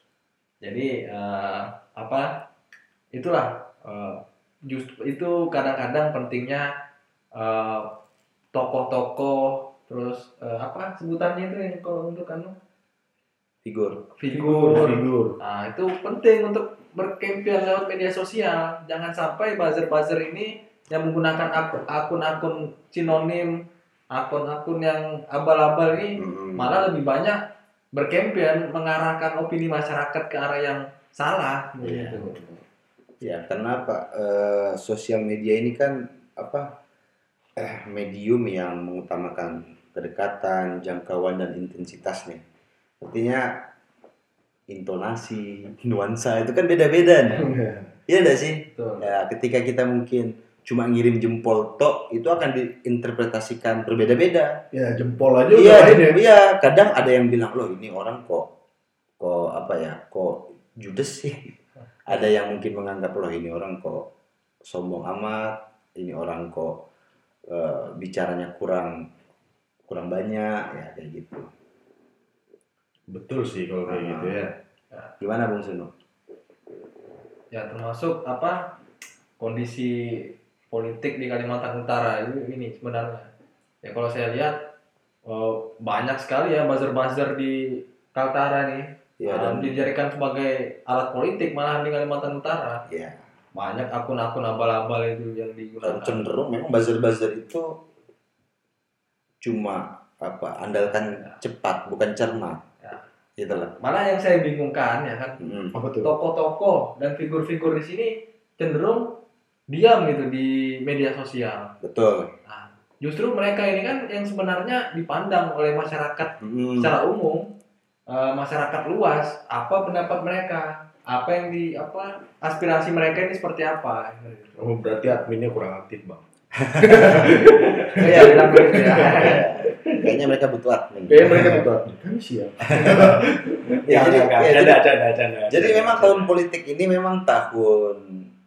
Jadi eh, apa? Itulah eh, justru itu kadang-kadang pentingnya eh, tokoh-tokoh terus eh, apa sebutannya itu yang kalau untuk anu Figur. figur. Figur. Nah, itu penting untuk berkampanye lewat media sosial. Jangan sampai buzzer-buzzer ini yang menggunakan ak- akun-akun sinonim, akun-akun yang abal-abal ini Mhm. malah lebih banyak berkampanye mengarahkan opini masyarakat ke arah yang salah Iya. gitu. Ya, karena apa? Eh, sosial media ini kan apa? Eh, medium yang mengutamakan kedekatan, jangkauan dan intensitas nih. Artinya intonasi, nuansa itu kan beda-beda nih. Iya enggak sih? Betul. Ya, ketika kita mungkin cuma ngirim jempol tok, itu akan diinterpretasikan berbeda-beda. Ya jempol aja udah Iya, lain ya. iya, kadang ada yang bilang, loh ini orang kok, kok apa ya, kok judes sih. Ada yang mungkin menganggap, loh ini orang kok sombong amat, ini orang kok eh, bicaranya kurang kurang banyak, ya kayak gitu. Betul sih kalau kayak Ah. gitu ya. Gimana Bung Suno? Ya termasuk apa kondisi politik di Kalimantan Utara ini, ini sebenarnya. Ya kalau saya lihat eh, banyak sekali ya buzzer-buzzer di Kaltara nih. Ya, Nah, dan dijadikan sebagai alat politik malahan di Kalimantan Utara. ya, Banyak akun-akun abal-abal itu yang dan digunakan. cenderung memang buzzer-buzzer itu cuma apa andalkan cepat bukan cermat. Ya. Gitu lah. Malah yang saya bingungkan ya kan Mm-mm. Apa tuh? tokoh-tokoh dan figur-figur di sini cenderung diam gitu di media sosial. Betul. Nah, justru mereka ini kan yang sebenarnya dipandang oleh masyarakat Mm-mm. secara umum, eh, masyarakat luas, apa pendapat mereka, apa yang di apa aspirasi mereka ini seperti apa. Oh, berarti adminnya kurang aktif bang. Iya, bilang begitu ya. Kayaknya mereka butuh admin. Kayaknya mereka butuh admin. Kami siap. Ya, jadi, Enggak, ya, canda, jadi, canda, canda. jadi Canda, memang canda. tahun politik ini memang tahun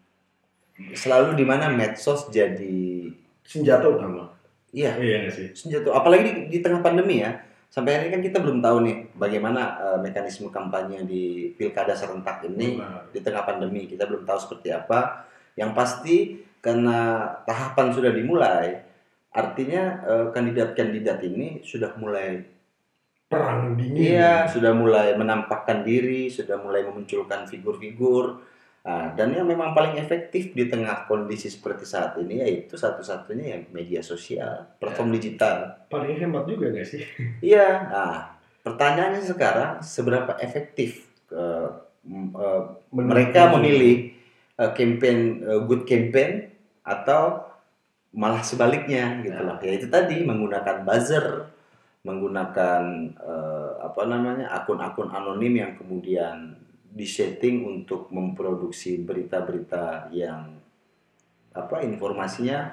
selalu di mana medsos jadi Senjata utama. iya Iya nggak sih? senjata. Apalagi di, di tengah pandemi ya. Sampai hari ini kan kita belum tahu nih bagaimana uh, mekanisme kampanye di pilkada serentak ini Benar. di tengah pandemi. Kita belum tahu seperti apa. Yang pasti karena tahapan sudah dimulai, artinya uh, kandidat-kandidat ini sudah mulai Perang dingin. iya, sudah mulai menampakkan diri, sudah mulai memunculkan figur-figur. Nah, dan yang memang paling efektif di tengah kondisi seperti saat ini yaitu satu-satunya ya media sosial, platform digital. Paling hemat juga nggak sih? Iya, nah pertanyaannya sekarang seberapa efektif uh, m- uh, mereka memilih uh, campaign uh, good campaign atau malah sebaliknya gitu loh. Ya itu tadi menggunakan buzzer, menggunakan uh, apa namanya akun-akun anonim yang kemudian disetting untuk memproduksi berita-berita yang apa informasinya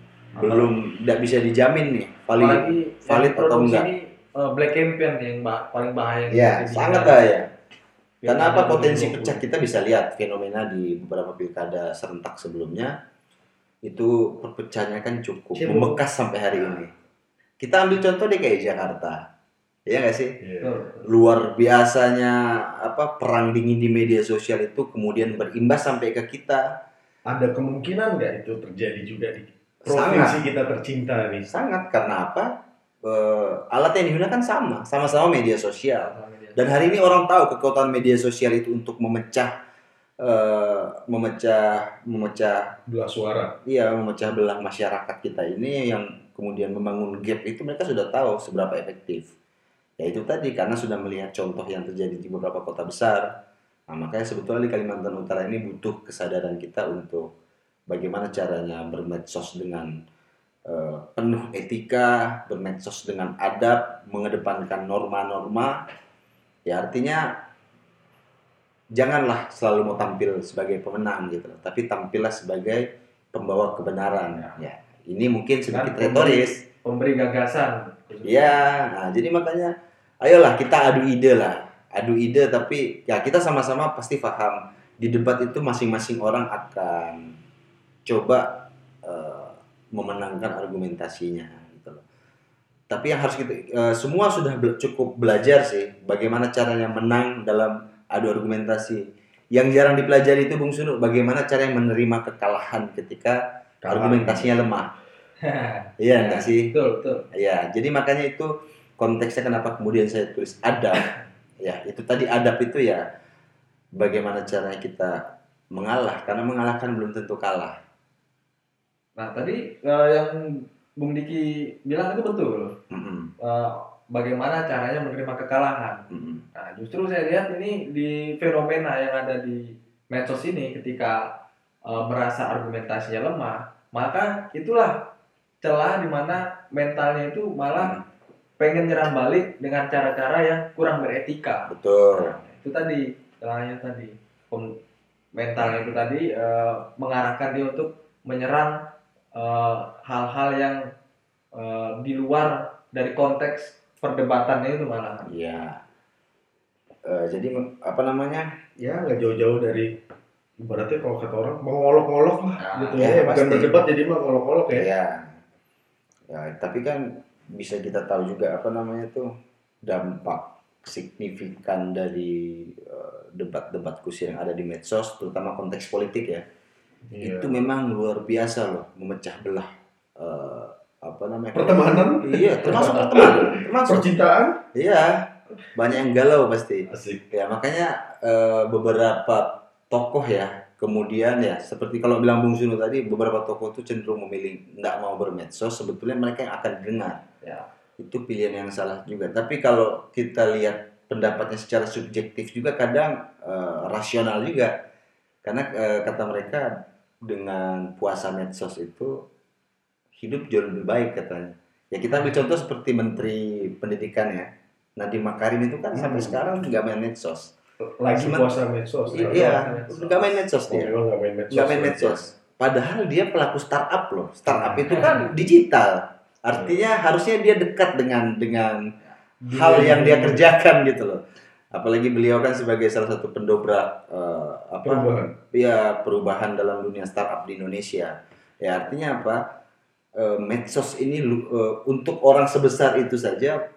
belum tidak bisa dijamin nih valid Apalagi valid yang atau produksi enggak. ini uh, black campaign yang bah- paling bahaya. Ya, Jadi, sangat kan, bahaya. pilkada Karena apa dua ribu potensi dua puluh. pecah kita bisa lihat fenomena di beberapa pilkada serentak sebelumnya itu perpecahannya kan cukup Siapa? membekas sampai hari ini. Kita ambil contoh D K I Jakarta. Iya nggak sih? Iya. Betul. Luar biasanya apa perang dingin di media sosial itu kemudian berimbas sampai ke kita. Ada kemungkinan nggak itu terjadi juga di provinsi Sangat. kita tercinta nih? Sangat karena apa? Eh, alat yang digunakan sama, sama-sama media sosial. Dan hari ini orang tahu kekuatan media sosial itu untuk memecah eh, memecah memecah Belah suara. iya memecah belah masyarakat kita ini yang kemudian membangun gap itu mereka sudah tahu seberapa efektif. Ya itu tadi karena sudah melihat contoh yang terjadi di beberapa kota besar. Nah, makanya sebetulnya di Kalimantan Utara ini butuh kesadaran kita untuk bagaimana caranya bermedsos dengan eh, penuh etika, bermedsos dengan adab, mengedepankan norma-norma. Ya artinya janganlah selalu mau tampil sebagai pemenang gitu, tapi tampillah sebagai pembawa kebenaran. Ya, ini mungkin sedikit Dan retoris. Pemberi gagasan. Ya, nah jadi makanya ayolah kita adu ide lah, adu ide tapi ya kita sama-sama pasti paham di debat itu masing-masing orang akan coba eh, memenangkan argumentasinya gitu loh. Tapi yang harus kita eh, semua sudah be- cukup belajar sih bagaimana caranya menang dalam adu argumentasi. Yang jarang dipelajari itu Bung Sunu bagaimana caranya menerima kekalahan ketika Kalah. argumentasinya lemah. Iya enggak sih? Betul, betul. Ya, jadi makanya itu konteksnya kenapa kemudian saya tulis adab. Ya, itu tadi adab itu ya bagaimana caranya kita mengalah karena mengalahkan belum tentu kalah. Nah, tadi eh, yang Bung Diki bilang itu betul. Mm-mm, Eh, bagaimana caranya menerima kekalahan. mm-mm. Nah, justru saya lihat ini di fenomena yang ada di medsos ini ketika eh, merasa argumentasinya lemah, maka itulah celah di mana mentalnya itu malah pengen nyerang balik dengan cara-cara yang kurang beretika. Betul. Nah, itu tadi celahnya tadi Pem- mentalnya itu tadi eh, mengarahkan dia untuk menyerang eh, hal-hal yang eh, di luar dari konteks perdebatannya itu malah. Iya. Eh, jadi apa namanya? Ya nggak jauh-jauh dari ibaratnya kalau kata orang mengolok-olok lah Nah, gitu ya, ya, bukan pasti. berdebat jadi mah ngolok-olok ya. Ya. Ya, tapi kan bisa kita tahu juga apa namanya tuh dampak signifikan dari eh, debat-debat kusir yang ada di medsos, terutama konteks politik ya. Iya. Itu memang luar biasa loh, memecah belah eh, apa namanya? Pertemanan, Iya, termasuk pertemanan, termasuk. percintaan, Iya, banyak yang galau pasti. asik. Ya makanya eh, beberapa tokoh ya, kemudian ya seperti kalau bilang Bung Sunu tadi, beberapa tokoh itu cenderung memilih nggak mau bermedsos, sebetulnya mereka yang akan dengar. Ya. Itu pilihan yang salah juga. Tapi kalau kita lihat pendapatnya secara subjektif juga kadang eh, rasional juga, karena eh, kata mereka dengan puasa medsos itu hidup jauh lebih baik katanya. Ya kita ambil contoh seperti Menteri Pendidikan ya, Nadiem Makarim itu kan sampai Hmm. sekarang nggak main medsos. Lagi Semen- puasa medsos. I- kan? Iya, medsos. nggak main medsos Oh, dia, memang nggak main medsos. nggak main medsos. padahal dia pelaku startup loh. Startup itu kan digital. Artinya harusnya dia dekat dengan dengan hal yang dia kerjakan gitu loh. Apalagi beliau kan sebagai salah satu pendobrak uh, apa Perubahan. ya perubahan dalam dunia startup di Indonesia. Ya artinya apa? Uh, medsos ini uh, untuk orang sebesar itu saja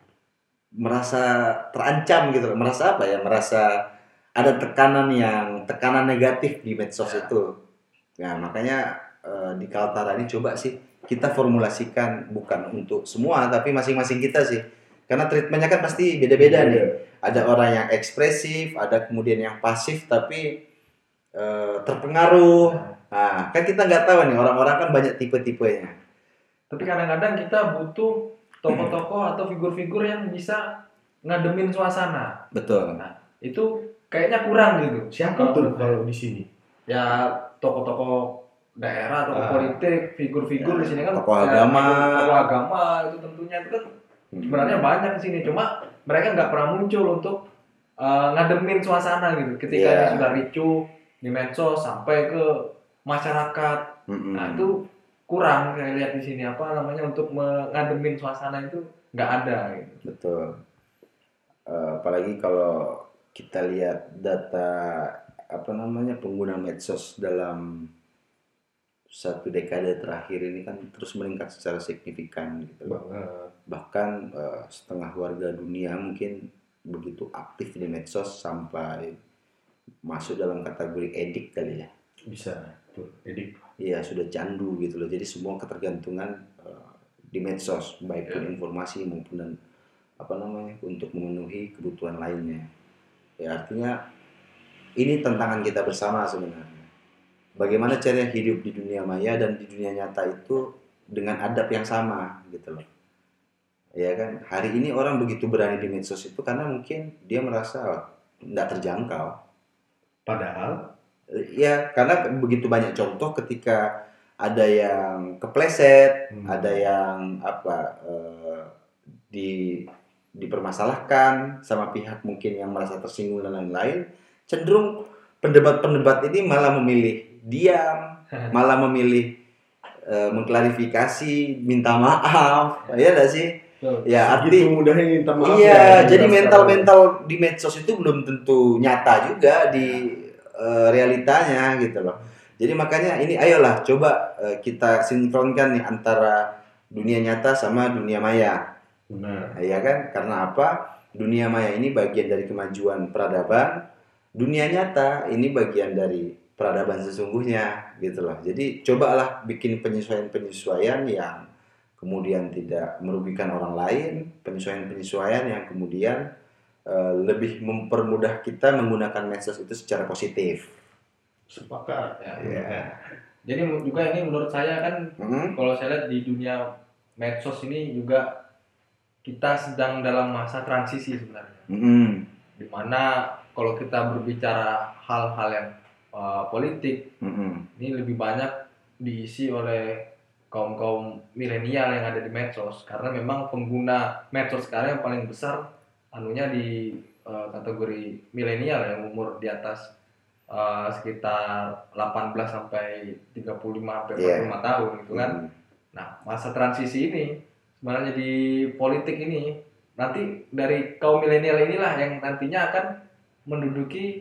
merasa terancam gitu loh. Merasa apa ya? Merasa ada tekanan yang tekanan negatif di medsos Ya. itu. Nah, makanya uh, di Kaltara ini coba sih kita formulasikan bukan untuk semua tapi masing-masing kita sih. Karena treatmentnya kan pasti beda-beda nih. Ada orang yang ekspresif, ada kemudian yang pasif tapi uh, terpengaruh. Nah, kan kita nggak tahu nih orang-orang kan banyak tipe-tipenya. Tapi kadang-kadang kita butuh tokoh-tokoh atau figur-figur yang bisa ngademin suasana. Betul. Nah, itu kayaknya kurang gitu. Siapa tuh kalau di sini? Ya tokoh-tokoh daerah, tokoh Ah. politik, figur-figur Ya, di sini kan tokoh ya, agama. tokoh agama itu tentunya itu kan sebenarnya banyak di sini. Cuma mereka nggak pernah muncul untuk uh, ngademin suasana gitu. Ketika Yeah. dia sudah ricuh di medsos sampai ke masyarakat, Mm-mm. nah itu kurang saya lihat di sini apa namanya untuk mengademin suasana itu nggak ada gitu. Betul. Uh, apalagi kalau kita lihat data apa namanya pengguna medsos dalam satu dekade terakhir ini kan terus meningkat secara signifikan gitu loh. Banget. Bahkan uh, setengah warga dunia mungkin begitu aktif di medsos sampai masuk dalam kategori edik kali ya. Bisa tuh edik. Iya, sudah candu gitu loh. Jadi semua ketergantungan uh, di medsos, baik pun informasi maupun dan apa namanya untuk memenuhi kebutuhan lainnya. Ya artinya ini tantangan kita bersama sebenarnya. Bagaimana caranya hidup di dunia maya dan di dunia nyata itu dengan adab yang sama gitu loh. Ya kan, hari ini orang begitu berani di medsos itu karena mungkin dia merasa tidak terjangkau. Padahal Ya, karena begitu banyak contoh ketika ada yang kepleset, Hmm. ada yang apa eh, di dipermasalahkan sama pihak mungkin yang merasa tersinggung dan lain-lain, cenderung pendebat-pendebat ini malah memilih diam, malah memilih eh, mengklarifikasi, minta maaf, ya nggak sih? Betul. Ya, arti begitu mudahnya minta maaf. iya, ya, jadi jelas mental-mental di medsos itu belum tentu nyata juga di uh, realitanya gitu loh. Jadi makanya ini ayolah coba uh, kita sinkronkan nih antara dunia nyata sama dunia maya. Benar. Ya kan? Karena apa? Dunia maya ini bagian dari kemajuan peradaban, dunia nyata ini bagian dari peradaban sesungguhnya gitu loh. Jadi cobalah bikin penyesuaian-penyesuaian yang kemudian tidak merugikan orang lain, penyesuaian-penyesuaian yang kemudian uh, lebih mempermudah kita menggunakan medsos itu secara positif. Sepakat. Ya. Ya. Jadi juga ini menurut saya kan Mm-hmm. kalau saya lihat di dunia medsos ini juga kita sedang dalam masa transisi sebenarnya. Mm-hmm. Dimana kalau kita berbicara hal-hal yang uh, politik, Mm-hmm. ini lebih banyak diisi oleh kaum-kaum milenial yang ada di medsos, karena memang pengguna medsos sekarang yang paling besar anunya di uh, kategori milenial yang umur di atas uh, sekitar delapan belas sampai tiga puluh lima sampai empat puluh lima tahun gitu kan. Mm-hmm. Nah, masa transisi ini sebenarnya di politik ini nanti dari kaum milenial inilah yang nantinya akan menduduki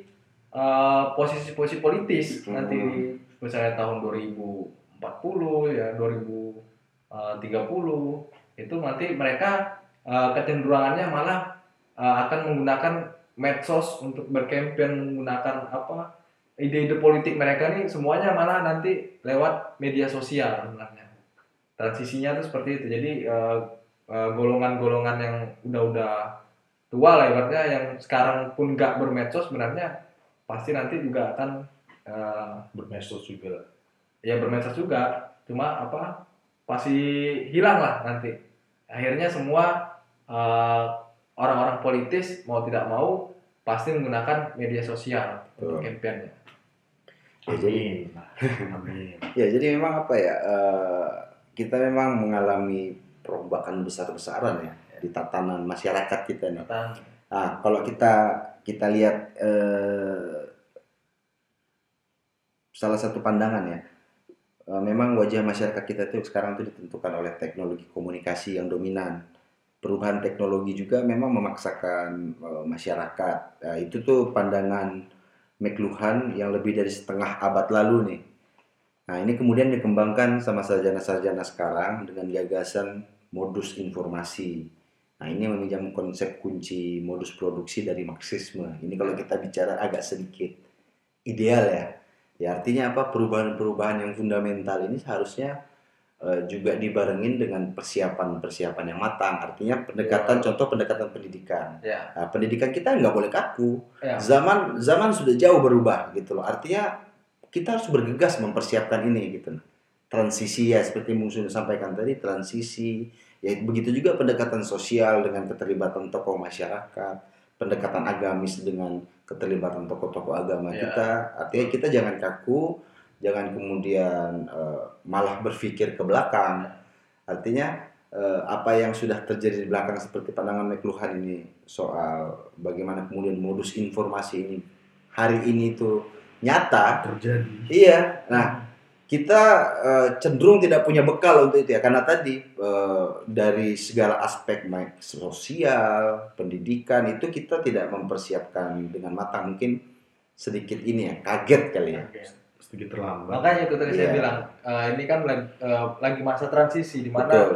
uh, posisi-posisi politis Hmm. nanti misalnya tahun dua ribu empat puluh ya dua ribu tiga puluh itu nanti mereka uh, kecenderungannya malah uh, akan menggunakan medsos untuk berkampanye, menggunakan apa ide-ide politik mereka nih semuanya malah nanti lewat media sosial sebenarnya. Transisinya tuh seperti itu. Jadi uh, uh, golongan-golongan yang udah-udah tua lah ibaratnya yang sekarang pun nggak bermedsos sebenarnya pasti nanti juga akan uh, Bermedsos juga. ya bermedsos juga, cuma apa pasti hilang lah nanti. Akhirnya semua uh, orang-orang politis mau tidak mau pasti menggunakan media sosial Betul. untuk kampanye. Ya, jadi Amin. Amin. ya jadi memang apa ya uh, kita memang mengalami perombakan besar-besaran ya di tatanan masyarakat kita nih. Tentang Nah, kalau kita kita lihat uh, salah satu pandangan ya, eh, memang wajah masyarakat kita itu sekarang tuh ditentukan oleh teknologi komunikasi yang dominan. Perubahan teknologi juga memang memaksakan eh, masyarakat. Nah, itu tuh pandangan McLuhan yang lebih dari setengah abad lalu nih. Nah, ini kemudian dikembangkan sama sarjana-sarjana sekarang dengan gagasan modus informasi. Nah, ini meminjam konsep kunci modus produksi dari Marxisme. Ini kalau kita bicara agak sedikit ideal ya. Ya artinya apa? Perubahan-perubahan yang fundamental ini seharusnya eh, juga dibarengin dengan persiapan-persiapan yang matang. Artinya pendekatan, contoh pendekatan pendidikan. Ya. Nah, pendidikan kita nggak boleh kaku. Ya. Zaman zaman sudah jauh berubah gitu loh. Artinya kita harus bergegas mempersiapkan ini gitu. Transisi ya seperti Bung Sun sampaikan tadi, transisi. Ya begitu juga pendekatan sosial dengan keterlibatan tokoh masyarakat, pendekatan agamis dengan keterlibatan tokoh-tokoh agama Ya. kita. Artinya kita jangan kaku, jangan kemudian uh, malah berpikir ke belakang. Artinya uh, apa yang sudah terjadi di belakang seperti pandangan McLuhan ini soal bagaimana kemudian modus informasi ini hari ini itu nyata terjadi. Iya. Nah, kita uh, cenderung tidak punya bekal untuk itu ya karena tadi uh, dari segala aspek baik sosial, pendidikan itu kita tidak mempersiapkan dengan matang. Mungkin sedikit ini ya, kaget kali ya. Sedikit terlambat. Makanya itu tadi saya Iya. bilang eh, ini kan lagi, eh, lagi masa transisi di mana Betul.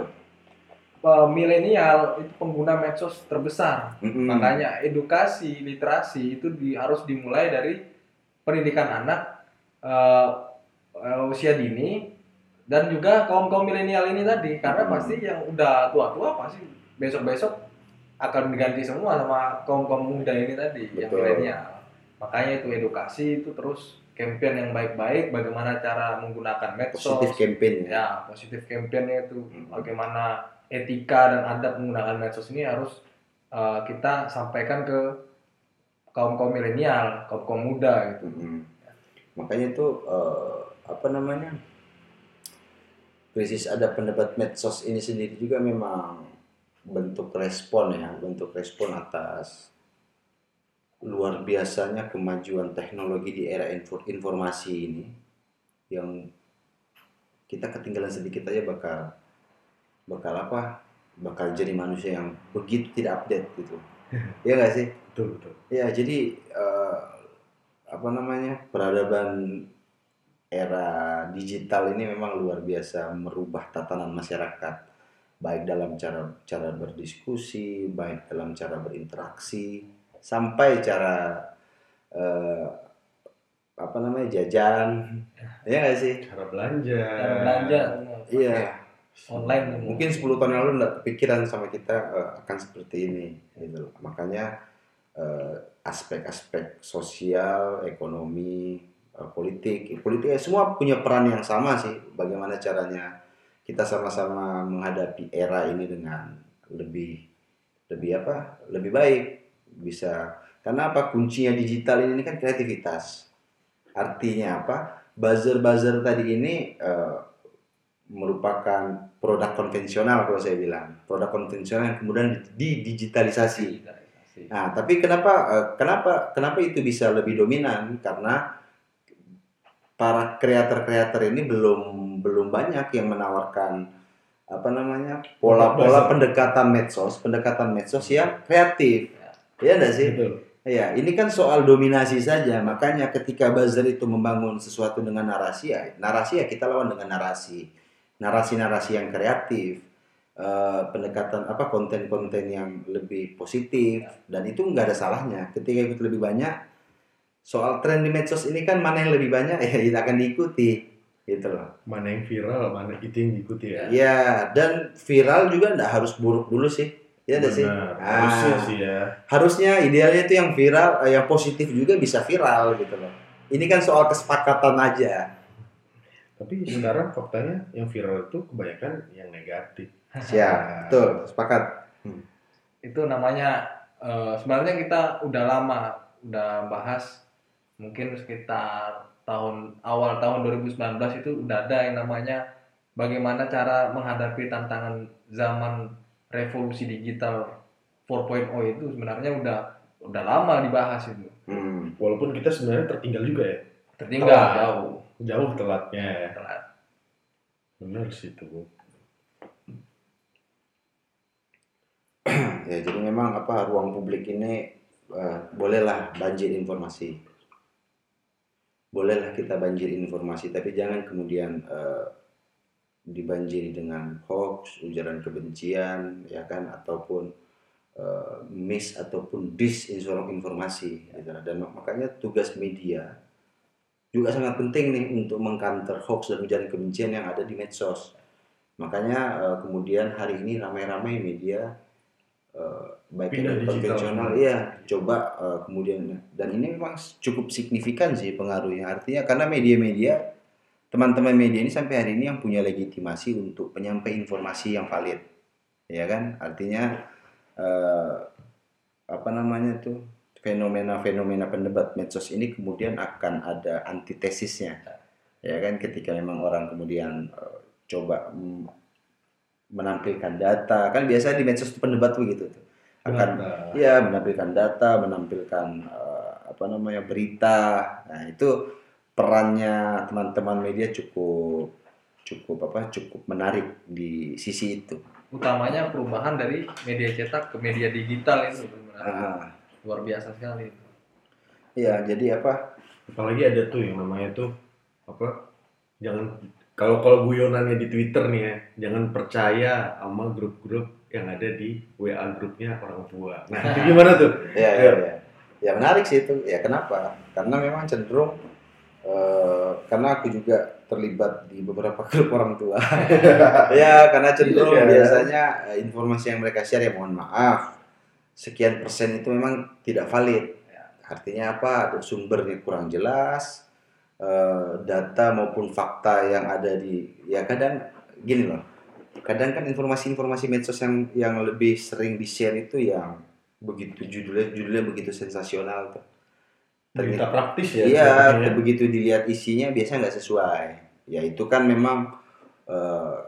eh, milenial itu pengguna medsos terbesar. Mm-mm. Makanya edukasi literasi itu di, harus dimulai dari pendidikan anak eh, eh, usia dini dan juga kaum kaum milenial ini tadi karena Hmm. pasti yang udah tua-tua pasti besok-besok akan diganti semua sama kaum kaum muda ini tadi yang Betul. milenial. Makanya itu edukasi itu terus campaign yang baik-baik bagaimana cara menggunakan medsos. Positif campaign ya. Ya, positif campaign itu Hmm. bagaimana etika dan adab menggunakan medsos ini harus uh, kita sampaikan ke kaum-kaum milenial, kaum-kaum muda gitu. Mm-mm. Makanya itu eh, apa namanya krisis ada pendapat medsos ini sendiri juga memang bentuk respon ya, bentuk respon atas luar biasanya kemajuan teknologi di era info- informasi ini yang kita ketinggalan sedikit aja bakal bakal apa bakal jadi manusia yang begitu tidak update gitu ya nggak sih Betul, betul. ya jadi eh, apa namanya peradaban era digital ini memang luar biasa merubah tatanan masyarakat baik dalam cara cara berdiskusi baik dalam cara berinteraksi sampai cara eh, apa namanya jajan ya nggak sih Cara belanja. Cara belanja iya online mungkin sepuluh tahun yang lalu nggak kepikiran sama kita eh, akan seperti ini gitu loh. Makanya eh, aspek-aspek sosial ekonomi eh, politik politik ya, semua punya peran yang sama sih bagaimana caranya kita sama-sama menghadapi era ini dengan lebih lebih apa lebih baik bisa karena apa kuncinya digital ini kan kreativitas artinya apa buzzer-buzzer tadi ini eh, merupakan produk konvensional kalau saya bilang produk konvensional yang kemudian didigitalisasi. Nah tapi kenapa eh, kenapa kenapa itu bisa lebih dominan karena para kreator-kreator ini belum belum banyak yang menawarkan apa namanya pola-pola pendekatan medsos pendekatan medsos yang kreatif ya enggak sih Betul. ya ini kan soal dominasi saja makanya ketika buzzer itu membangun sesuatu dengan narasi ya narasi ya kita lawan dengan narasi narasi-narasi yang kreatif eh, pendekatan apa konten-konten yang lebih positif dan itu nggak ada salahnya ketika itu lebih banyak soal tren di medsos ini kan mana yang lebih banyak ya kita akan diikuti gitu loh Mana yang viral, mana itu yang diikuti ya. ya dan viral juga nggak harus buruk dulu sih ya nggak sih Benar. Ah, Harusnya sih ya. harusnya idealnya itu yang viral eh, yang positif juga bisa viral gitu loh ini kan soal kesepakatan aja Tapi sekarang faktanya yang viral itu kebanyakan yang negatif. siap betul sepakat itu namanya eh, sebenarnya kita udah lama udah bahas mungkin sekitar tahun awal tahun dua ribu sembilan belas itu udah ada yang namanya bagaimana cara menghadapi tantangan zaman revolusi digital empat titik nol itu sebenarnya udah udah lama dibahas itu hmm. Walaupun kita sebenarnya tertinggal juga ya. tertinggal Telat. jauh Jauh telatnya ya. telat Benar sih itu, Bu. Ya, jadi memang apa ruang publik ini eh, bolehlah banjir informasi. Bolehlah kita banjir informasi, tapi jangan kemudian eh, dibanjiri dengan hoax, ujaran kebencian, ya kan, ataupun eh, mis ataupun disinformasi. Gitu. Dan makanya tugas media juga sangat penting nih untuk mengcounter hoax dan ujaran kebencian yang ada di medsos. Makanya eh, kemudian hari ini ramai-ramai media eh, baik Pindah yang digital konvensional, semua. iya coba eh, kemudian, dan ini memang cukup signifikan sih pengaruhnya, artinya karena media-media teman-teman media ini sampai hari ini yang punya legitimasi untuk penyampaian informasi yang valid, ya kan, artinya eh, apa namanya tuh fenomena-fenomena pendebat medsos ini kemudian akan ada antitesisnya, ya kan, ketika memang orang kemudian eh, coba mm, menampilkan data, kan biasa di medsos itu pendebat begitu tuh akan Data. ya menampilkan data, menampilkan eh, apa namanya berita. Nah itu perannya teman-teman media cukup cukup apa cukup menarik di sisi itu. Utamanya perubahan dari media cetak ke media digital itu sebenarnya Ah, luar biasa sekali. ya jadi apa? Apalagi ada tuh yang namanya tuh apa? Jangan kalau kalau guyonannya di Twitter nih ya, jangan percaya sama grup-grup yang ada di W A grupnya orang tua. Nah, itu gimana tuh? Ya, ya, ya. Ya menarik sih itu. Ya kenapa? Karena memang cenderung eh, karena aku juga terlibat di beberapa grup orang tua. Ya, karena cenderung Iya. biasanya eh, informasi yang mereka share, ya mohon maaf, sekian persen itu memang tidak valid. Artinya apa? Ada sumbernya kurang jelas, eh, data maupun fakta yang ada di, ya kadang gini loh. Kadang kan informasi-informasi medsos yang yang lebih sering di-share itu yang begitu judulnya judulnya begitu sensasional tuh. Berita praktis ya. Iya, sebenarnya. begitu dilihat isinya biasa nggak sesuai. Ya itu kan memang eh,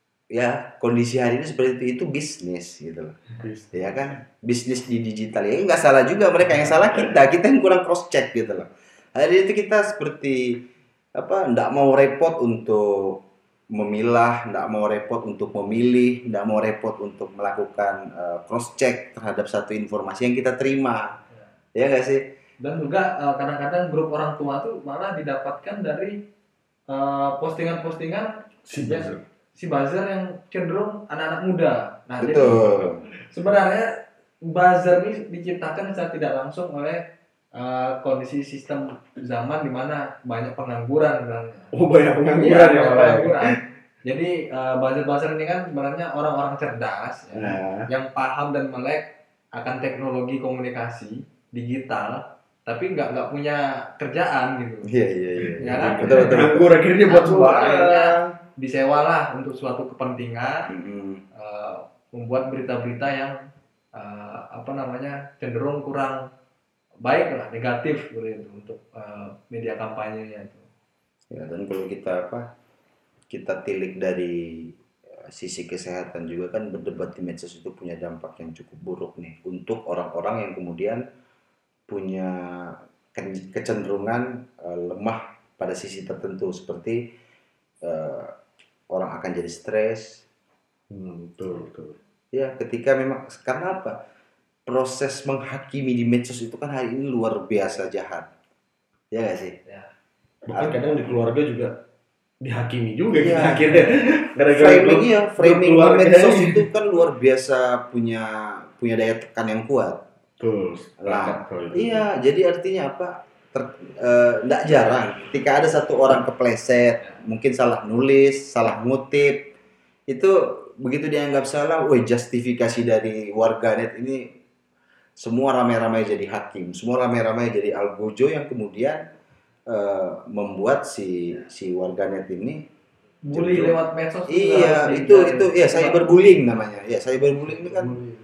ya kondisi hari ini seperti itu, itu bisnis gitu loh. Ya kan, bisnis di digital ya nggak salah juga mereka, yang salah kita, kita yang kurang cross check gitu loh. Hari itu kita seperti apa, nggak mau repot untuk memilah, nggak mau repot untuk memilih, nggak mau repot untuk melakukan cross check terhadap satu informasi yang kita terima, ya nggak sih? Dan juga eh, kadang-kadang grup orang tua tuh malah didapatkan dari eh, postingan-postingan Si yang buzzer. si buzzer yang cenderung anak-anak muda. Nah, jadi Betul. sebenarnya buzzer ini diciptakan secara tidak langsung oleh eh, kondisi sistem zaman di mana banyak pengangguran sebenarnya. Oh, banyak Iya, pengangguran ya banyak malah. pengangguran. Jadi eh, buzzer-buzzer ini kan sebenarnya orang-orang cerdas ya, Nah, yang paham dan melek akan teknologi komunikasi digital, tapi nggak nggak punya kerjaan gitu. Iya iya iya. Ya kan? Betul betul. betul. nganggur akhirnya buat Nganggur, semua. akhirnya disewalah untuk suatu kepentingan, Mm-mm. eh, membuat berita-berita yang eh, apa namanya cenderung kurang baik lah, negatif gitu itu untuk eh, media kampanyenya itu. Ya, dan kalau kita apa? Kita tilik dari eh, sisi kesehatan juga kan, berdebat di medsos itu punya dampak yang cukup buruk nih untuk orang-orang yang kemudian punya ke- kecenderungan eh, lemah pada sisi tertentu, seperti eh, orang akan jadi stres. Hmm, betul, betul. Ya, ketika memang karena apa? Proses menghakimi di medsos itu kan hari ini luar biasa jahat. Ya nggak sih? Bahkan kadang di keluarga juga dihakimi juga Iya. kita akhirnya. Gara-gara Framing grup- ya, grup framing di keluarga. medsos itu kan luar biasa punya punya daya tekan yang kuat. Betul. Lah, sepakat kalau itu. iya, jadi artinya apa? Ter- eh, nggak jarang ketika ada satu orang kepleset, mungkin salah nulis, salah ngutip, itu begitu dianggap salah, woi justifikasi dari warganet ini semua ramai-ramai jadi hakim, semua ramai-ramai jadi algojo yang kemudian eh, membuat si si warganet ini Bully cenderung- lewat medsos juga iya harus itu dihindari. itu ya cyberbullying namanya, ya cyberbullying ini kan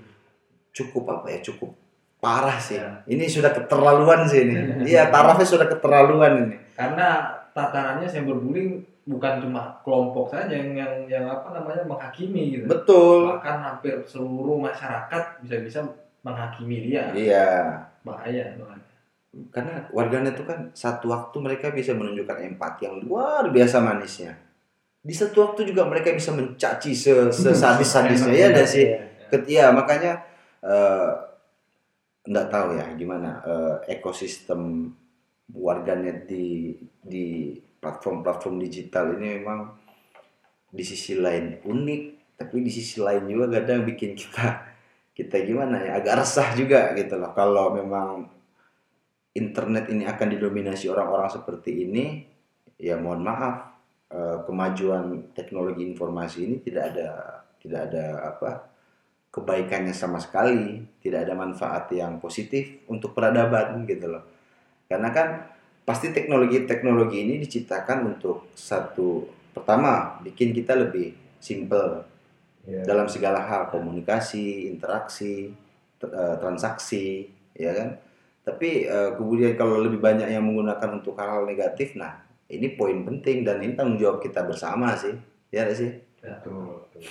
cukup apa ya, cukup parah sih. Ya. Ini sudah keterlaluan sih ini. Iya, tarafnya sudah keterlaluan ini. Karena tatarannya cyberbullying bukan cuma kelompok saja yang yang, yang apa namanya menghakimi gitu. Betul. Bahkan hampir seluruh masyarakat bisa-bisa menghakimi dia. Iya. Bahaya banget. Karena warganet itu kan satu waktu mereka bisa menunjukkan empati yang luar biasa manisnya. di satu waktu juga mereka bisa mencaci se- sesadis-sadisnya ya nggak sih? Ket- Ya makanya eh, nggak tahu ya gimana eh, ekosistem warganet di di platform-platform digital ini memang di sisi lain unik, tapi di sisi lain juga kadang bikin kita kita gimana ya agak resah juga gitu loh kalau memang internet ini akan didominasi orang-orang seperti ini. Ya mohon maaf, eh, kemajuan teknologi informasi ini tidak ada tidak ada apa kebaikannya sama sekali, tidak ada manfaat yang positif untuk peradaban gitu loh. Karena kan pasti teknologi-teknologi ini diciptakan untuk satu, pertama bikin kita lebih simple Ya. dalam segala hal, komunikasi, interaksi, t- eh, transaksi, ya kan. Tapi eh, kemudian kalau lebih banyak yang menggunakan untuk hal-hal negatif, nah ini poin penting dan ini tanggung jawab kita bersama sih, ya nggak sih? Betul, betul.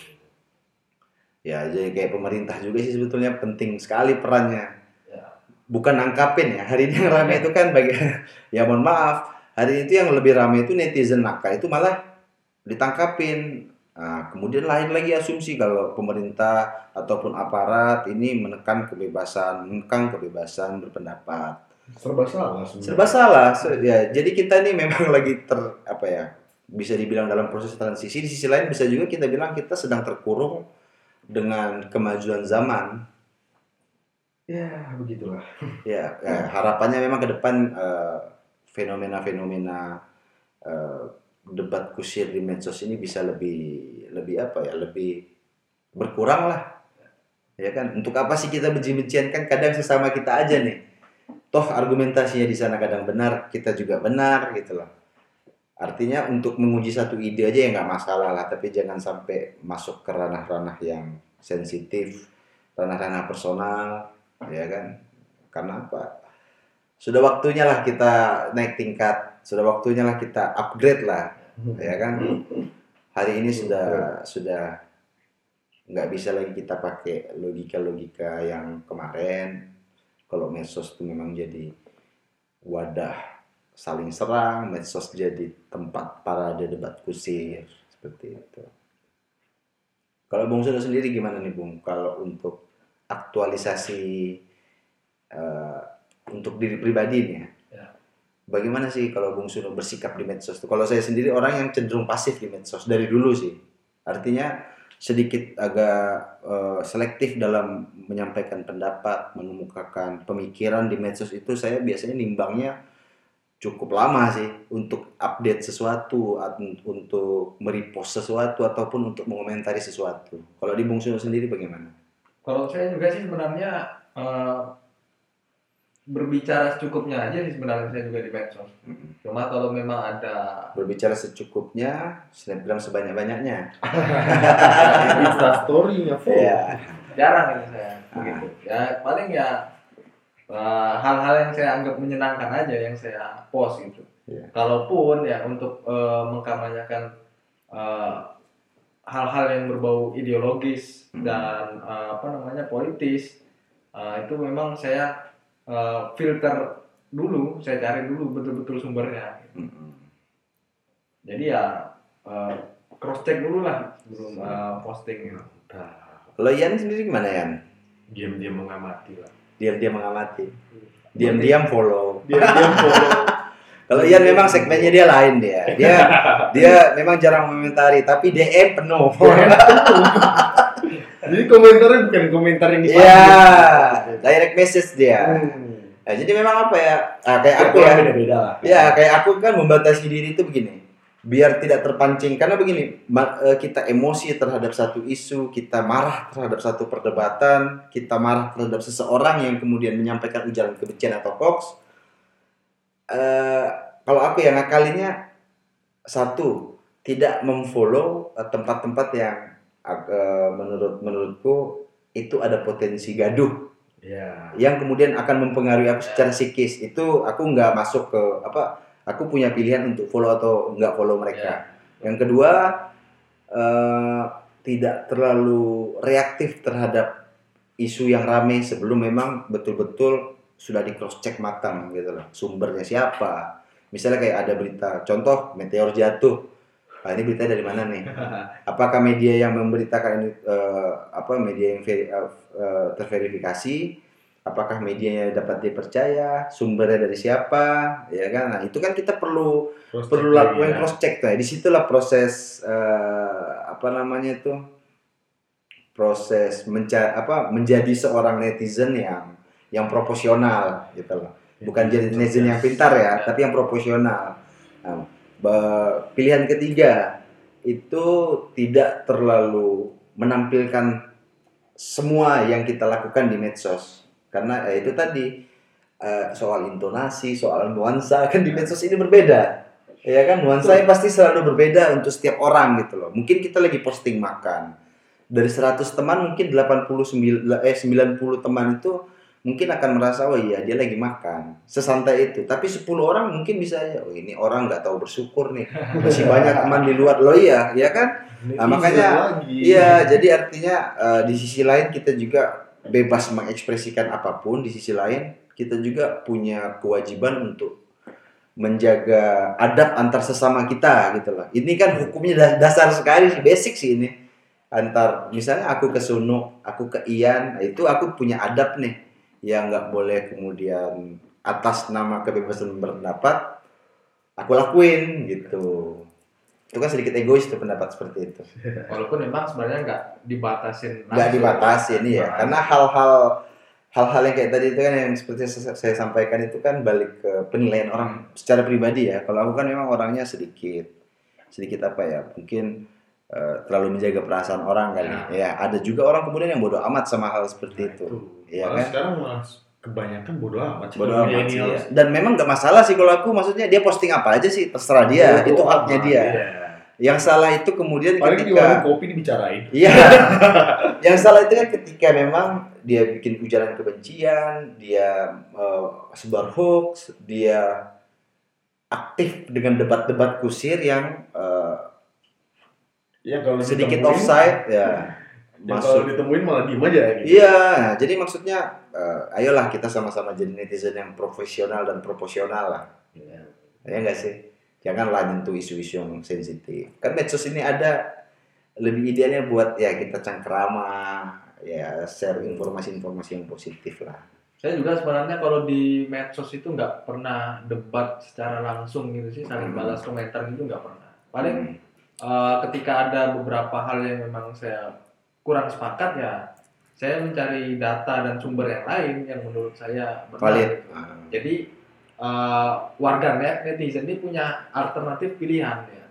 Ya jadi kayak pemerintah juga sih sebetulnya penting sekali perannya. Ya. Bukan nangkapin ya, hari ini yang ramai itu kan bagi ya mohon maaf, hari itu yang lebih ramai itu netizen nakal itu malah ditangkapin. Nah, kemudian lain lagi asumsi kalau pemerintah ataupun aparat ini menekan kebebasan, menekan kebebasan berpendapat. Serba salah sebenarnya. Serba salah. Se- Ya, jadi kita ini memang lagi ter apa ya? Bisa dibilang dalam proses transisi. Di sisi lain bisa juga kita bilang kita sedang terkurung dengan kemajuan zaman. Ya, begitulah. Ya, ya, harapannya memang ke depan eh, fenomena-fenomena eh, debat kusir di medsos ini bisa lebih lebih apa ya lebih berkurang lah, ya kan. Untuk apa sih kita benci-bencian, kan kadang sesama kita aja nih, toh argumentasinya di sana kadang benar, kita juga benar gitu loh. Artinya untuk menguji satu ide aja ya nggak masalah lah, tapi jangan sampai masuk ke ranah-ranah yang sensitif, ranah-ranah personal, ya kan. Karena apa? Sudah waktunya lah kita naik tingkat, sudah waktunya lah kita upgrade lah, ya kan. Hari ini sudah sudah nggak bisa lagi kita pakai logika-logika yang kemarin. Kalau medsos itu memang jadi wadah saling serang, medsos jadi tempat parade debat kusir seperti itu. Kalau Bung Suno sendiri gimana nih Bung? Kalau untuk aktualisasi eh, untuk diri pribadi nih ya. Ya. Bagaimana sih kalau Bung Suno bersikap di medsos tuh? Kalau saya sendiri orang yang cenderung pasif di medsos dari dulu sih. Artinya sedikit agak eh, selektif dalam menyampaikan pendapat, mengemukakan pemikiran di medsos itu. Saya biasanya nimbangnya cukup lama sih untuk update sesuatu, at- untuk merepost sesuatu ataupun untuk mengomentari sesuatu. Kalau di Bung Suno sendiri bagaimana? Kalau saya juga sih sebenarnya eh, berbicara secukupnya aja sih sebenarnya saya juga di medsos. Mm-mm. Cuma kalau memang ada Berbicara secukupnya, snapgram sebanyak-banyaknya. Instastory-nya full. Iya. jarang ini saya Ah. begitu. Ya paling ya eh, hal-hal yang saya anggap menyenangkan aja yang saya post gitu. Iya. Kalaupun ya untuk eh, mengkampanyekan eh, hal-hal yang berbau ideologis Hmm. dan eh, apa namanya politis, eh, itu memang saya eh, filter dulu, saya cari dulu betul-betul sumbernya. Mm-mm. Jadi ya eh, cross check dulu lah sebelum eh, posting gitu. Nah, Kalau Ian sendiri gimana Ian? diam-diam mengamati lah. Diam-diam mengamati, diam-diam follow. Diam-diam follow. Kalau Ian memang segmennya dia lain dia. Dia dia memang jarang mengomentari, tapi D M penuh. Jadi komentarnya bukan komentar yang Iya, dipanggil. direct message dia. Hmm. Nah, jadi memang apa ya? Ah, kayak aku Aku ya. beda-beda lah. Ya, kayak aku kan membatasi diri itu begini. Biar tidak terpancing, karena begini, ma- eh, kita emosi terhadap satu isu, kita marah terhadap satu perdebatan, kita marah terhadap seseorang yang kemudian menyampaikan ujaran kebencian atau hoax. Eh, kalau aku yang ngakalinya satu, tidak memfollow eh, tempat-tempat yang eh, menurut menurutku itu ada potensi gaduh Iya. yang kemudian akan mempengaruhi aku secara psikis. Itu aku nggak masuk ke apa, aku punya pilihan untuk follow atau nggak follow mereka. Yang kedua, eh, tidak terlalu reaktif terhadap isu yang ramai sebelum memang betul-betul sudah di cross check matang gitu loh, sumbernya siapa. Misalnya kayak ada berita, contoh meteor jatuh, ah, ini berita dari mana nih? Apakah media yang memberitakan ini eh, apa media yang veri- eh, eh, terverifikasi? Apakah medianya dapat dipercaya? Sumbernya dari siapa? Ya kan? Nah, itu kan kita perlu Cross perlu check lagi lakukan ya. cross check tuh. Ya. Disitulah proses eh, apa namanya itu proses menca apa menjadi seorang netizen yang yang proporsional gitu loh. Bukan jadi netizen yang pintar ya, tapi yang proporsional. Nah, be- pilihan ketiga itu tidak terlalu menampilkan semua yang kita lakukan di medsos. Karena eh, itu tadi eh, soal intonasi, soal nuansa kan di medsos ini berbeda. Ya kan nuansanya pasti selalu berbeda untuk setiap orang gitu loh. Mungkin kita lagi posting makan. Dari seratus teman mungkin delapan puluh sembilan eh sembilan puluh teman itu mungkin akan merasa oh iya dia lagi makan. Sesantai itu. Tapi sepuluh orang mungkin bisa ya oh ini orang nggak tahu bersyukur nih. Masih banyak teman di luar loh iya, ya kan? Nah, makanya lagi. iya, jadi artinya eh, di sisi lain kita juga bebas mengekspresikan apapun, di sisi lain kita juga punya kewajiban untuk menjaga adab antar sesama kita gitu loh. Ini kan hukumnya da- dasar sekali sih, basic sih ini. Antar misalnya aku ke Sunu, aku ke Ian, nah itu aku punya adab nih yang nggak boleh kemudian atas nama kebebasan berpendapat aku lakuin gitu. Itu kan sedikit egois tuh pendapat seperti itu. Walaupun memang sebenarnya nggak dibatasin Nggak langsung. dibatasin ya, karena hal-hal hal-hal yang kayak tadi itu kan yang seperti saya, saya sampaikan itu kan balik ke penilaian orang secara pribadi ya. Kalau aku kan memang orangnya sedikit sedikit apa ya, mungkin eh, terlalu menjaga perasaan orang kali. Ya. Ya, ada juga orang kemudian yang bodoh amat sama hal seperti Nah, itu. itu. Iya Malah kan? sekarang malah kebanyakan bodo amat. Bodoh Kalau amat sih millennials. ya. Dan memang nggak masalah sih kalau aku, maksudnya dia posting apa aja sih terserah dia, Bodo itu haknya amat, dia. iya. Yang salah itu kemudian Paling di ketika warung kopi dibicarain. iya. Yang salah itu kan ketika memang dia bikin ujaran kebencian, dia eh, sebar hoax, dia aktif dengan debat-debat kusir yang eh, Ya kalau sedikit ditemuin, offside ya ya kalau masuk. ditemuin malah diem aja gitu. Iya, nah, jadi maksudnya eh, ayolah kita sama-sama jadi netizen yang profesional dan proporsional lah. Ya. Ya enggak sih? Janganlah nyentuh isu-isu yang sensitif. Kan medsos ini ada lebih idealnya buat ya kita cangkrama, ya share informasi-informasi yang positif lah. Saya juga sebenarnya kalau di medsos itu nggak pernah debat secara langsung gitu sih, saling Hmm. balas komentar gitu nggak pernah. Paling Hmm. eh, ketika ada beberapa hal yang memang saya kurang sepakat ya, saya mencari data dan sumber yang lain yang menurut saya benar. Valid. Gitu. Jadi eh, warga net netizen ini punya alternatif pilihan ya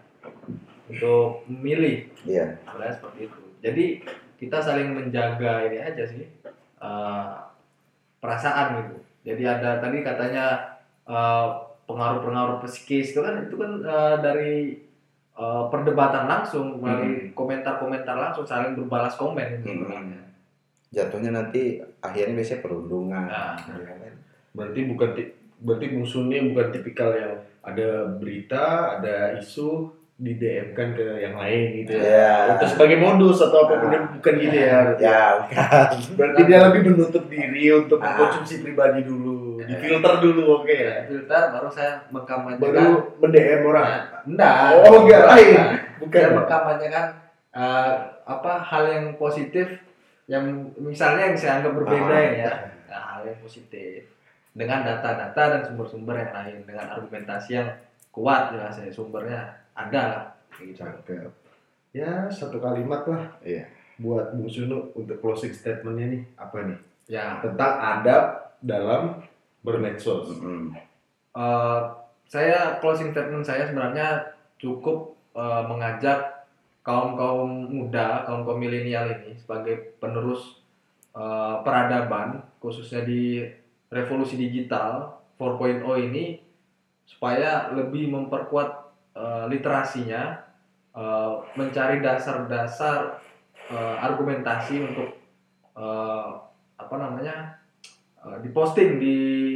untuk memilih. Iya. Sebenarnya seperti itu. Jadi kita saling menjaga ini aja sih eh, perasaan gitu. Jadi ada tadi katanya eh, pengaruh-pengaruh psikis itu kan itu kan eh, dari eh, perdebatan langsung melalui komentar-komentar langsung saling berbalas komen gitu. Hmm. Jatuhnya nanti akhirnya biasanya perundungan. Nah. Ya kan? Berarti bukan ti- berarti musuhnya bukan tipikal yang ada berita, ada isu di D M kan ke yang lain gitu ya. Ya. Itu sebagai modus atau apapun Nah. yang bukan gitu ya. Ya, bukan. Berarti dia lebih menutup diri untuk Ah. mengkonsumsi pribadi dulu, difilter dulu, oke ya. Filter baru saya mengkampanyekan. Baru men-D M orang. Nah, enggak. Oh, enggak lain. Nah, Bukan. saya mengkampanyekan eh, apa hal yang positif yang misalnya yang saya anggap berbeda Ah. ya. Nah, hal yang positif dengan data-data dan sumber-sumber yang lain dengan argumentasi yang kuat ya saya sumbernya ada lah kayak gitu. Cakep. Ya, satu kalimat lah Iya. buat Bung Sunu untuk closing statement-nya nih. Apa nih? Ya, Tentang adab dalam bermedsos. Mm. eh, saya closing statement saya sebenarnya cukup eh, mengajak kaum kaum muda, kaum kaum milenial ini sebagai penerus eh, peradaban khususnya di revolusi digital empat titik nol ini supaya lebih memperkuat eh, literasinya, eh, mencari dasar-dasar eh, argumentasi untuk eh, apa namanya eh, diposting di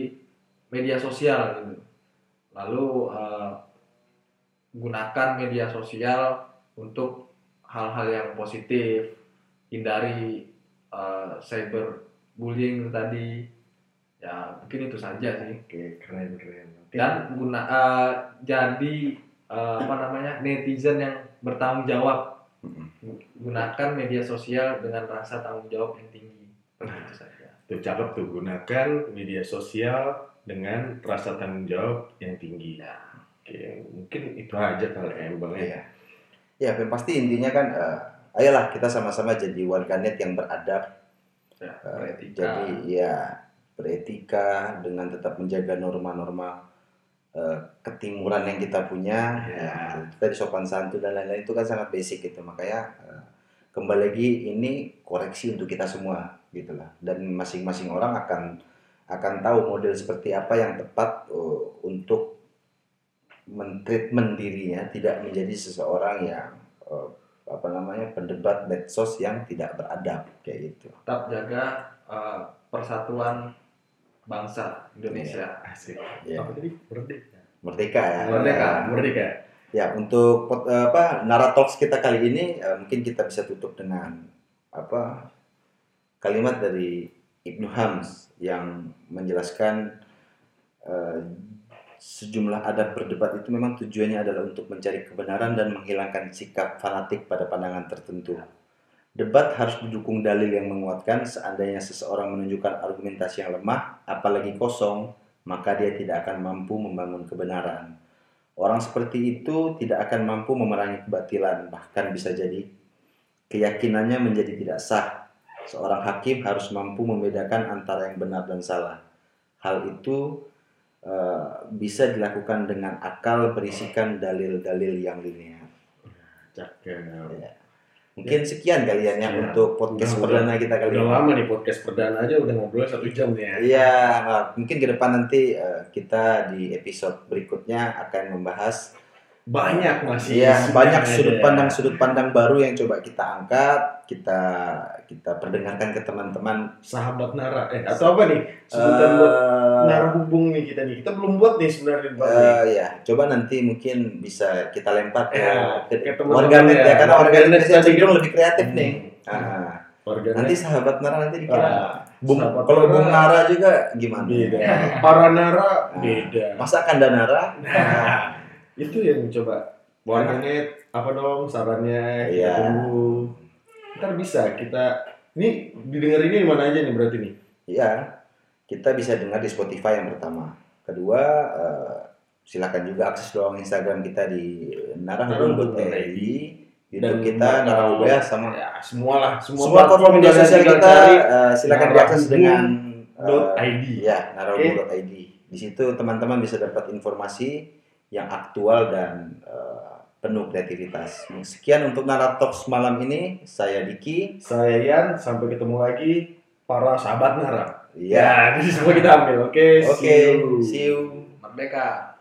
media sosial gitu. Lalu eh, gunakan media sosial untuk hal-hal yang positif, hindari eh, cyberbullying tadi. Ya mungkin itu saja sih. Oke, keren keren. Oke. Dan guna eh, jadi eh, apa namanya netizen yang bertanggung jawab. Mm-mm. Gunakan media sosial dengan rasa tanggung jawab yang tinggi. Begitu saja. Itu cakep tuh, gunakan media sosial dengan rasa tanggung jawab yang tinggi. Ya. Oke, mungkin itu aja kali ya Bang ya. Iya. Ya, yang pasti intinya kan, eh, ayolah kita sama-sama jadi warganet yang beradab. Ya, Eh, beretika. jadi ya beretika dengan tetap menjaga norma-norma eh, ketimuran yang kita punya, Ya. ya, tadi sopan santun dan lain-lain itu kan sangat basic gitu. Makanya eh, kembali lagi ini koreksi untuk kita semua gitulah. Dan masing-masing orang akan akan tahu model seperti apa yang tepat eh, untuk mentreatment dirinya, tidak menjadi seseorang yang eh, apa namanya pendebat medsos yang tidak beradab kayak gitu. Tetap jaga uh, persatuan bangsa Indonesia. Asik. Ya. Apa tadi? Merdeka. Merdeka ya. Merdeka, merdeka. Ya, untuk pot- eh, apa Naratalks kita kali ini eh, mungkin kita bisa tutup dengan apa kalimat dari Ibnu Hams yang menjelaskan eh, sejumlah adab berdebat itu memang tujuannya adalah untuk mencari kebenaran dan menghilangkan sikap fanatik pada pandangan tertentu. Debat harus didukung dalil yang menguatkan. Seandainya seseorang menunjukkan argumentasi yang lemah, apalagi kosong, maka dia tidak akan mampu membangun kebenaran. Orang seperti itu tidak akan mampu memerangi kebatilan, bahkan bisa jadi keyakinannya menjadi tidak sah. Seorang hakim harus mampu membedakan antara yang benar dan salah. Hal itu uh, bisa dilakukan dengan akal berisikan dalil-dalil yang linear. Cakep. Ya. Mungkin sekian kalian ya Sekian. untuk podcast Udah, perdana kita kali Udah ini. lama nih podcast perdana aja udah ngobrol satu jam nih ya. Iya, nah, mungkin ke depan nanti uh, kita di episode berikutnya akan membahas Banyak masih. Iya, isinya banyak ada. sudut pandang sudut pandang baru yang coba kita angkat, kita kita perdengarkan ke teman-teman. Sahabat Nara. Eh, atau apa nih? Sebutan buat Eh, Nara hubung nih kita nih. Kita belum buat nih sebenarnya Bang. eh, ya, coba nanti mungkin bisa kita lempar ke, Ya, ke ke teman-teman warganet ya. ya, karena warganet Warganet biasanya tadi cenderung kan. lebih kreatif nih. Hmm. Ah, Warga nanti sahabat Nara nanti dikira Ah, Bung, sahabat kalau Nara Bung Nara juga gimana? beda. Para Nara Ah. beda. Masa Kanda Nara? Nah, itu yang coba warganet apa dong sarannya kita Iya. tunggu. Ntar bisa kita ini didengerin di mana aja nih berarti nih. Iya, kita bisa dengar di Spotify yang pertama. Kedua, eh, silakan juga akses doang Instagram kita di narahubung dot i d, YouTube kita narahubung ya sama ya, semua lah, semua, semua platform media sosial tinggal kita. cari eh, silakan diakses dengan dot eh, id. ya narahubung dot i d. Di situ teman-teman bisa dapat informasi yang aktual dan eh, penuh kreativitas. Sekian untuk Naratalks malam ini. Saya Diki. Saya Yan, sampai ketemu lagi para sahabat Nara. Iya. Ya, ini semua kita ambil. Oke, Oke, see you. see you. Merdeka.